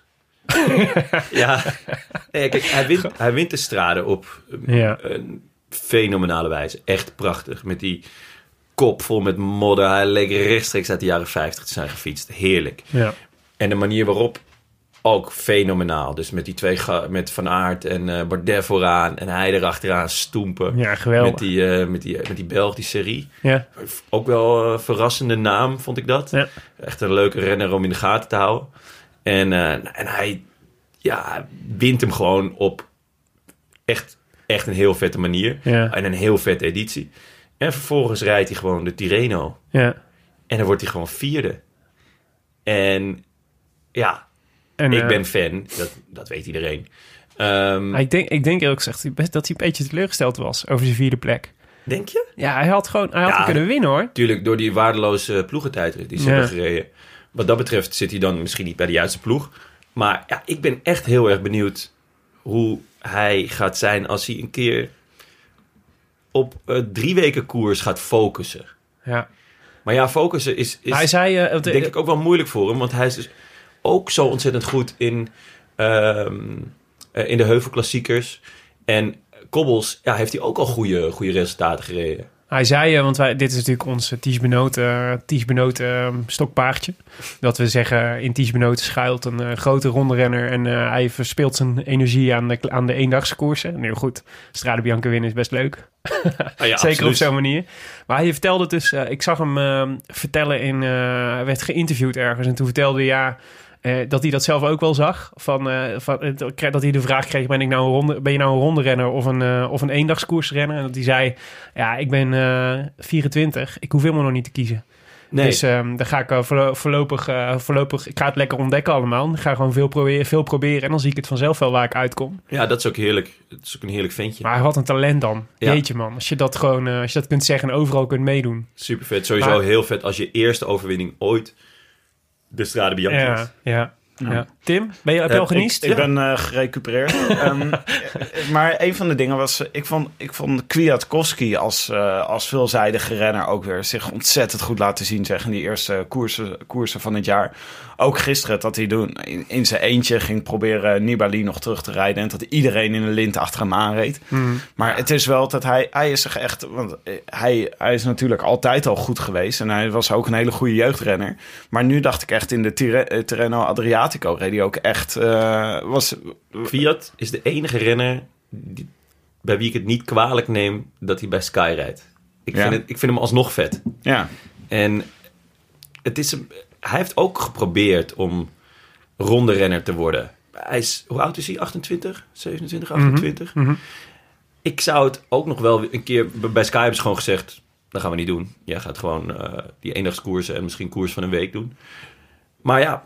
Ja, nee, kijk, hij wint, hij wint de Strade op ja. een fenomenale wijze. Echt prachtig. Met die kop vol met modder. Hij leek rechtstreeks uit de jaren vijftig te zijn gefietst. Heerlijk. Ja. En de manier waarop ook fenomenaal. Dus met die twee, ga- met Van Aert en uh, Bardet vooraan. En hij erachteraan stoempen. Ja, geweldig. Met die, uh, met die, met die Belg, die serie. Ja. Ook wel een uh, verrassende naam, vond ik dat. Ja. Echt een leuke renner om in de gaten te houden. En, uh, en hij ja, wint hem gewoon op echt, echt een heel vette manier. Ja. En een heel vette editie. En vervolgens rijdt hij gewoon de Tirreno. Ja. En dan wordt hij gewoon vierde. En ja... En, ik uh, ben fan, dat, dat weet iedereen. Um, ik denk, ik denk eerlijk gezegd dat hij een beetje teleurgesteld was over zijn vierde plek. Denk je? Ja, hij had gewoon hij had ja, kunnen winnen, hoor. Tuurlijk, door die waardeloze ploegentijdrit die ze ja. hebben gereden. Wat dat betreft zit hij dan misschien niet bij de juiste ploeg. Maar ja, ik ben echt heel erg benieuwd hoe hij gaat zijn als hij een keer op uh, drie weken koers gaat focussen. Ja. Maar ja, focussen is, is hij zei, uh, denk uh, ik ook wel moeilijk voor hem. Want hij is dus ook zo ontzettend goed in, um, uh, in de heuvelklassiekers. En kobbels, ja, heeft hij ook al goede, goede resultaten gereden. Hij zei, want wij, dit is natuurlijk ons Ties Benoot, uh, Ties Benoot uh, stokpaardje. Dat we zeggen, in Ties Benoot schuilt een uh, grote ronderenner en uh, hij verspeelt zijn energie aan de, aan de eendagskoersen. Nu goed, Strade Bianca winnen is best leuk. Ah, ja, zeker absoluut. Op zo'n manier. Maar hij vertelde dus, uh, ik zag hem uh, vertellen in, uh, hij werd geïnterviewd ergens en toen vertelde hij, ja... Uh, dat hij dat zelf ook wel zag. Van, uh, van, uh, dat hij de vraag kreeg, ben, ik nou een ronde, ben je nou een ronderenner of een, uh, of een eendagskoersrenner? En dat hij zei, ja, ik ben uh, vierentwintig. Ik hoef helemaal nog niet te kiezen. Nee. Dus um, dan ga ik uh, voorlopig, uh, voorlopig, ik ga het lekker ontdekken allemaal. Ik ga gewoon veel proberen, veel proberen en dan zie ik het vanzelf wel waar ik uitkom. Ja, dat is ook heerlijk. Dat is ook een heerlijk ventje. Maar wat een talent dan. Ja. Jeetje man, als je dat gewoon, uh, als je dat kunt zeggen en overal kunt meedoen. Super vet. Sowieso maar, heel vet als je eerste overwinning ooit de Strade Bianca ja, is. Ja, ja. Ja. Tim, ben je, heb je al geniest? Ik, ik ja. ben uh, gerecupereerd. um, maar een van de dingen was... Ik vond, ik vond Kwiatkowski als, uh, als veelzijdige renner ook weer zich ontzettend goed laten zien. Zeg, in die eerste koersen, koersen van het jaar. Ook gisteren dat hij doen, in, in zijn eentje ging proberen Nibali nog terug te rijden. En dat iedereen in de lint achter hem aanreed. Mm. Maar het is wel dat hij... Hij is zich echt... Want hij, hij is natuurlijk altijd al goed geweest. En hij was ook een hele goede jeugdrenner. Maar nu dacht ik echt in de Tir- Tirreno Adriatico reed hij ook echt... Uh, was... Kwiat is de enige renner die, bij wie ik het niet kwalijk neem dat hij bij Sky rijdt. Ik, ja. vind, het, ik vind hem alsnog vet. Ja. En het is een, hij heeft ook geprobeerd om ronde renner te worden. Hij is, hoe oud is hij? achtentwintig? zevenentwintig, achtentwintig? Mm-hmm. Mm-hmm. Ik zou het ook nog wel een keer... Bij Sky hebben ze gewoon gezegd, dat gaan we niet doen. Jij gaat gewoon uh, die eendagskoersen en misschien koers van een week doen. Maar ja...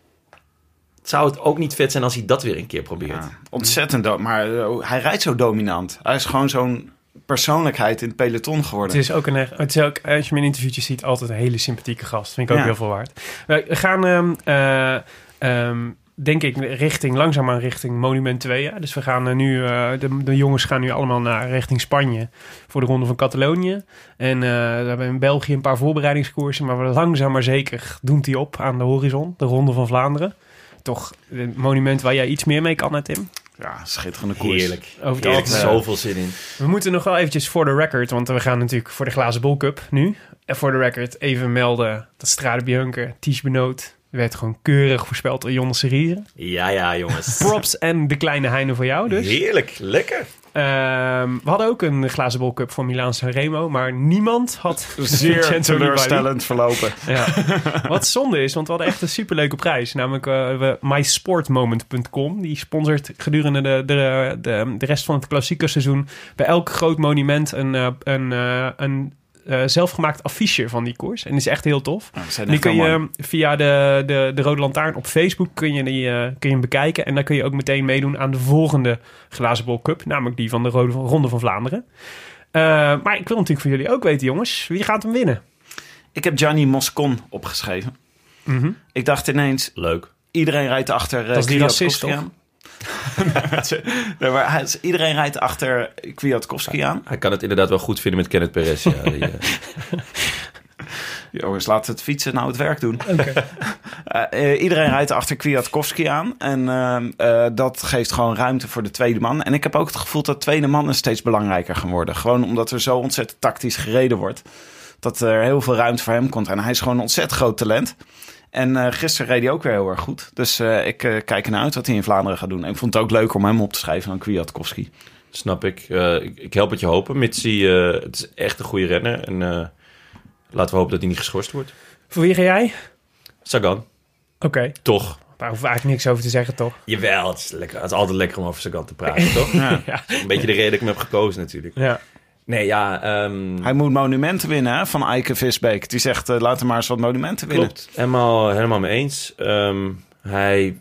Zou het ook niet vet zijn als hij dat weer een keer probeert? Ja, ontzettend, do- maar uh, hij rijdt zo dominant. Hij is gewoon zo'n persoonlijkheid in het peloton geworden. Het is ook een, het is ook, als je hem in interviewtjes ziet, altijd een hele sympathieke gast. Vind ik ook ja. heel veel waard. We gaan, um, uh, um, denk ik, richting langzaamaan richting Monument twee. Ja? Dus we gaan uh, nu, uh, de, de jongens gaan nu allemaal naar richting Spanje voor de Ronde van Catalonië. En uh, we hebben in België een paar voorbereidingskoersen, maar we langzaam maar zeker doemt die op aan de horizon, de Ronde van Vlaanderen. Toch een monument waar jij iets meer mee kan, hè, Tim? Ja, schitterende koers. Heerlijk. Over het Heerlijk, uh, zoveel zin in. We moeten nog wel eventjes voor de record, want we gaan natuurlijk voor de Glazen Bol Cup nu. En voor de record even melden dat Strade Bianca, Ties Benoot werd gewoon keurig voorspeld door Jonne Serieren. Ja, ja, jongens. Props en de kleine Heine voor jou dus. Heerlijk, lekker. Um, we hadden ook een glazen bol cup van Milaan Sanremo, maar niemand had Zeer Vincenzo teleurstellend verlopen. Ja. Wat zonde is, want we hadden echt een superleuke prijs. Namelijk uh, we, my sport moment punt com. Die sponsort gedurende de, de, de, de rest van het klassieke seizoen bij elk groot monument een, uh, een, uh, een uh, zelfgemaakt affiche van die koers. En die is echt heel tof. Ja, die kun je via de, de, de Rode Lantaarn op Facebook kun je, die, uh, kun je hem bekijken. En dan kun je ook meteen meedoen aan de volgende Glazen Bol Cup. Namelijk die van de Rode, Ronde van Vlaanderen. Uh, maar ik wil natuurlijk van jullie ook weten, jongens. Wie gaat hem winnen? Ik heb Gianni Moscon opgeschreven. Mm-hmm. Ik dacht ineens... Leuk. Iedereen rijdt achter... Uh, dat is die racist, toch? aan. nee, maar hij, iedereen rijdt achter Kwiatkowski aan. Hij kan het inderdaad wel goed vinden met Kenneth Perez. Ja, die, uh... Jongens, laat het fietsen nou het werk doen. Okay. uh, uh, iedereen rijdt achter Kwiatkowski aan. En uh, uh, dat geeft gewoon ruimte voor de tweede man. En ik heb ook het gevoel dat tweede mannen steeds belangrijker gaan worden. Gewoon omdat er zo ontzettend tactisch gereden wordt. Dat er heel veel ruimte voor hem komt. En hij is gewoon een ontzettend groot talent. En uh, gisteren reed hij ook weer heel erg goed. Dus uh, ik uh, kijk ernaar uit wat hij in Vlaanderen gaat doen. En ik vond het ook leuk om hem op te schrijven aan Kwiatkowski. Snap ik. Uh, ik. Ik help het je hopen. Mits hij, uh, het is echt een goede renner. En uh, laten we hopen dat hij niet geschorst wordt. Voor wie ga jij? Sagan. Oké. Okay. Toch? Daar hoef ik eigenlijk niks over te zeggen, toch? Jawel, het is, lekker, het is altijd lekker om over Sagan te praten, toch? Ja. Ja. Een beetje de reden dat ik hem heb gekozen natuurlijk. Ja. Nee, ja... Um... Hij moet monumenten winnen, hè, van Eike Visbeek. Die zegt, uh, laten we maar eens wat monumenten winnen. Klopt, helemaal, helemaal mee eens. Um, hij...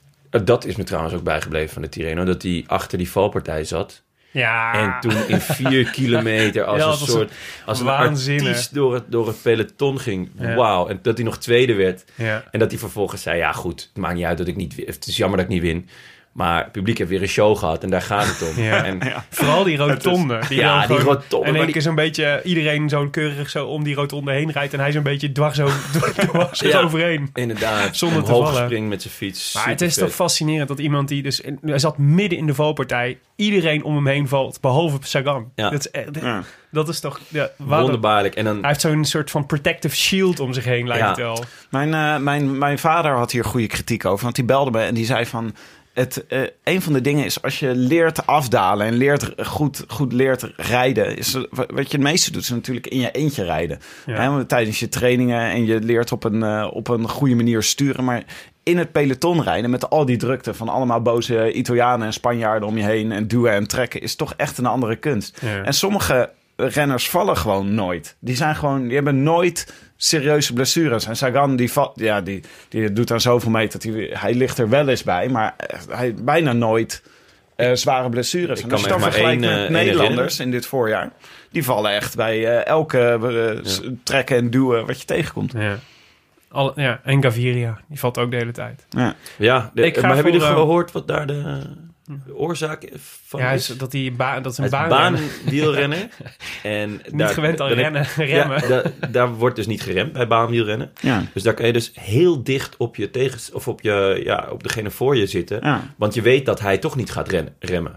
Dat is me trouwens ook bijgebleven van de Tirreno. Dat hij achter die valpartij zat. Ja. En toen in vier kilometer als Ja, een was soort... Als een waanzinnig. artiest door het, door het peloton ging. Ja. Wauw. En dat hij nog tweede werd. Ja. En dat hij vervolgens zei... Ja goed, het maakt niet uit dat ik niet win. Het is jammer dat ik niet win. Maar het publiek heeft weer een show gehad en daar gaat het om. Ja. En, Ja. Vooral die rotonde. Die ja, dan die gewoon- rotonde. En maar één die- keer zo'n beetje iedereen zo keurig zo om die rotonde heen rijdt. En hij zo'n beetje dwars, zo, dwars Ja. eroverheen. Inderdaad. Zonder te omhoog vallen. springen met zijn fiets. Maar het is Supervet. toch fascinerend dat iemand die dus... Hij zat midden in de valpartij. Iedereen om hem heen valt, behalve Sagan. Ja. Dat, is, echt- Ja. dat is toch... Ja, waar- Wonderbaarlijk. En dan... Hij heeft zo'n soort van protective shield om zich heen, lijkt Ja. het wel. Mijn, uh, mijn, mijn vader had hier goede kritiek over. Want die belde me en die zei van... Het, uh, een van de dingen is als je leert afdalen en leert goed, goed leert rijden. Is, wat je het meeste doet is natuurlijk in je eentje rijden. Ja. Hè, want tijdens je trainingen en je leert op een, uh, op een goede manier sturen. Maar in het peloton rijden met al die drukte van allemaal boze Italianen en Spanjaarden om je heen. En duwen en trekken is toch echt een andere kunst. Ja. En sommige renners vallen gewoon nooit. Die zijn gewoon, die hebben nooit serieuze blessures. En Sagan, die, val, ja, die, die doet aan zoveel meter. Dat hij, hij ligt er wel eens bij, maar hij bijna nooit uh, zware blessures. Ik En kan als je me dan echt maar vergelijkt één, met uh, één Nederlanders in dit voorjaar, die vallen echt bij uh, elke uh, s- trekken en duwen wat je tegenkomt. Ja. Al, ja, en Gaviria. Die valt ook de hele tijd. Ja. Ja, de, Ik ga maar hebben voor, jullie uh, gehoord wat daar de, de oorzaak van Ja, is? is dat, die ba- dat is een Het baan. baanwielrennen. En Niet daar- gewend aan dan heb- rennen, remmen. Ja, daar, daar wordt dus niet geremd bij baanwielrennen. Ja. Dus daar kan je dus heel dicht op je tegens of op je ja, op degene voor je zitten, Ja. want je weet dat hij toch niet gaat rennen, remmen.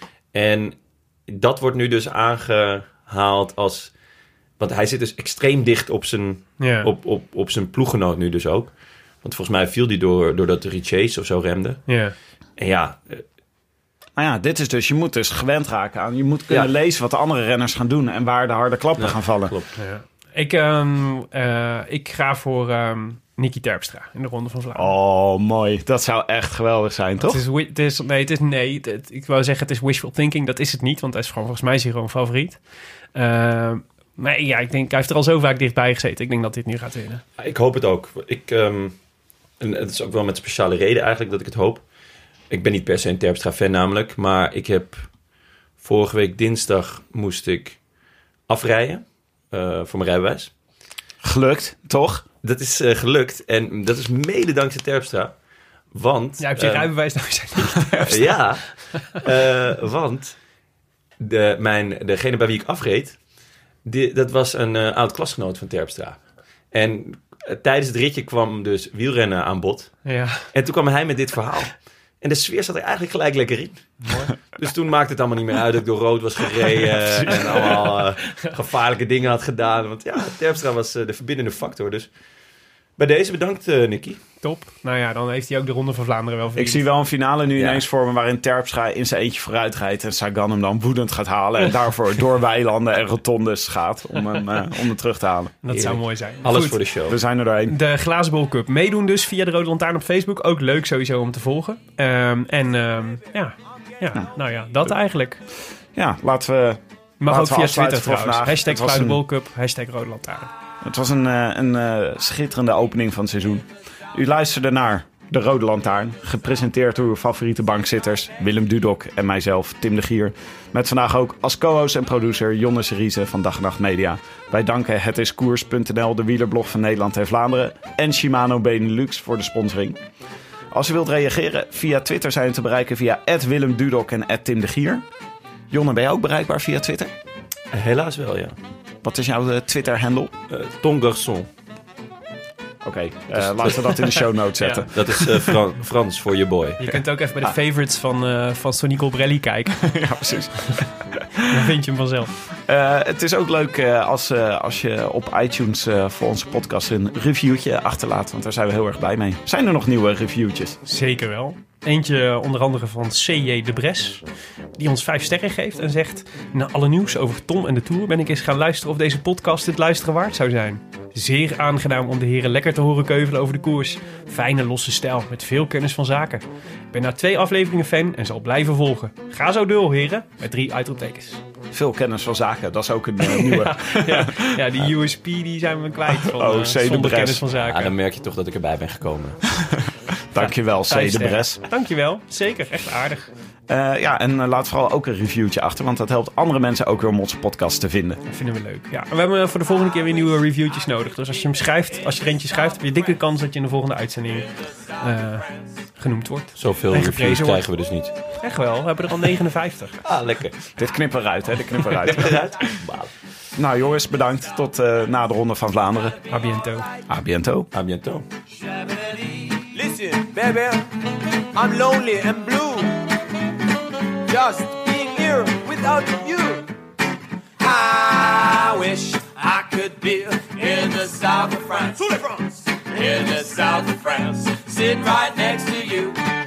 En dat wordt nu dus aangehaald als, want hij zit dus extreem dicht op zijn Ja. op, op, op zijn ploeggenoot nu dus ook. Want volgens mij viel die door doordat de Richese of zo remde. Ja. En ja, eh, Maar ja, dit is dus, je moet dus gewend raken aan. Je moet kunnen Ja. lezen wat de andere renners gaan doen en waar de harde klappen Ja, gaan vallen. klopt. Ja. Ik, ehm, uh, ik ga voor um, Nicky Terpstra in de Ronde van Vlaanderen. Oh, mooi. Dat zou echt geweldig zijn, toch? Het is, wi- het is, nee, het is nee. Het, het- ik wou zeggen, het is wishful thinking. Dat is het niet, want hij is gewoon, volgens mij is hij gewoon favoriet. Uh, maar ja, ik denk, hij heeft er al zo vaak dichtbij gezeten. Ik denk dat dit nu gaat winnen. ik hoop het ook. Ik, ehm, en het is ook wel met speciale reden eigenlijk dat ik het hoop. Ik ben niet per se een Terpstra-fan namelijk. Maar ik heb vorige week dinsdag moest ik afrijden uh, voor mijn rijbewijs. Gelukt, toch? Dat is uh, gelukt. En dat is mede dankzij Terpstra. Want... Jij hebt je ehm, rijbewijs nou zijn niet Terpstra. Ja, uh, want de, mijn, degene bij wie ik afreed, die, dat was een uh, oud klasgenoot van Terpstra. En uh, tijdens het ritje kwam dus wielrennen aan bod. Ja. En toen kwam hij met dit verhaal. En de sfeer zat er eigenlijk gelijk lekker in. Dus toen maakte het allemaal niet meer uit dat ik door rood was gereden en allemaal uh, gevaarlijke dingen had gedaan. Want ja, Terpstra was uh, de verbindende factor. Dus ik Bij deze bedankt, uh, Nicky. Top. Nou ja, dan heeft hij ook de Ronde van Vlaanderen wel verdiend. Ik zie wel een finale nu Ja. ineens voor me waarin Terpstra in zijn eentje vooruit rijdt en Sagan hem dan woedend gaat halen en daarvoor door weilanden en rotondes gaat om hem, uh, om hem terug te halen. Dat zou mooi zijn. Alles Goed. voor de show. We zijn er doorheen. De Glazen Bol Cup. Meedoen dus via de Rode Lantaarn op Facebook. Ook leuk sowieso om te volgen. Um, en um, ja. ja, nou ja, dat eigenlijk. Ja, laten we... Je mag Laten ook we via afsluiten Twitter voor trouwens. vandaag. Hashtag Het was Glazen een- Bol Cup. Hashtag Rode Lantaarn. Het was een, uh, een uh, schitterende opening van het seizoen. U luisterde naar De Rode Lantaarn, gepresenteerd door uw favoriete bankzitters Willem Dudok en mijzelf, Tim de Gier. Met vandaag ook als co-host en producer Jonne Seriese van Dag en Nacht Media. Wij danken hetiskoers punt n l, de wielerblog van Nederland en Vlaanderen, en Shimano Benelux voor de sponsoring. Als u wilt reageren, via Twitter zijn we te bereiken via at Willem Dudok en at Tim de Gier. Jonne, ben jij ook bereikbaar via Twitter? Helaas wel, ja. Wat is jouw uh, Twitter-handle? Uh, Ton Garçon. Oké, okay, uh, laten we dat in de show notes zetten. Ja. Dat is uh, Fran- Frans voor je boy. Je kunt ook even bij de favorites van, uh, van Sonny Colbrelli kijken. Ja, precies. Dan vind je hem vanzelf. Uh, het is ook leuk uh, als, uh, als je op iTunes uh, voor onze podcast een reviewtje achterlaat. Want daar zijn we heel erg blij mee. Zijn er nog nieuwe reviewtjes? Zeker wel. Eentje onder andere van C J de Bres. Die ons vijf sterren geeft en zegt... Na alle nieuws over Tom en de Tour ben ik eens gaan luisteren of deze podcast het luisteren waard zou zijn. Zeer aangenaam om de heren lekker te horen keuvelen over de koers. Fijne losse stijl met veel kennis van zaken. Ik ben na twee afleveringen fan en zal blijven volgen. Ga zo door, heren. Met drie uitroeptekens. Veel kennis van zaken, dat is ook een uh, nieuwe. ja, ja, ja, die U S P die zijn we kwijt van Oh, uh, C. de zonder Bres. kennis van zaken. Ah, dan merk je toch dat ik erbij ben gekomen. Dankjewel, C. de Bres. Dankjewel, zeker. Echt aardig. Uh, ja, en uh, laat vooral ook een reviewtje achter, want dat helpt andere mensen ook weer om onze podcast te vinden. Dat vinden we leuk. Ja, en we hebben voor de volgende keer weer nieuwe reviewtjes nodig. Dus als je hem schrijft, als je er eentje schrijft, heb je dikke kans dat je in de volgende uitzending uh, genoemd wordt. Zoveel En reviews geprezen krijgen wordt. we dus niet. Echt wel, we hebben er al negenenvijftig. Ah, lekker. Dit knippen eruit, hè? Dit knippen eruit. Eruit. Nou jongens, bedankt. Tot uh, na de Ronde van Vlaanderen. A biento. A biento. A biento. Listen, baby, I'm lonely and blue. Just being here without you. I wish I could be in the south of France. In the south of France, sitting right next to you.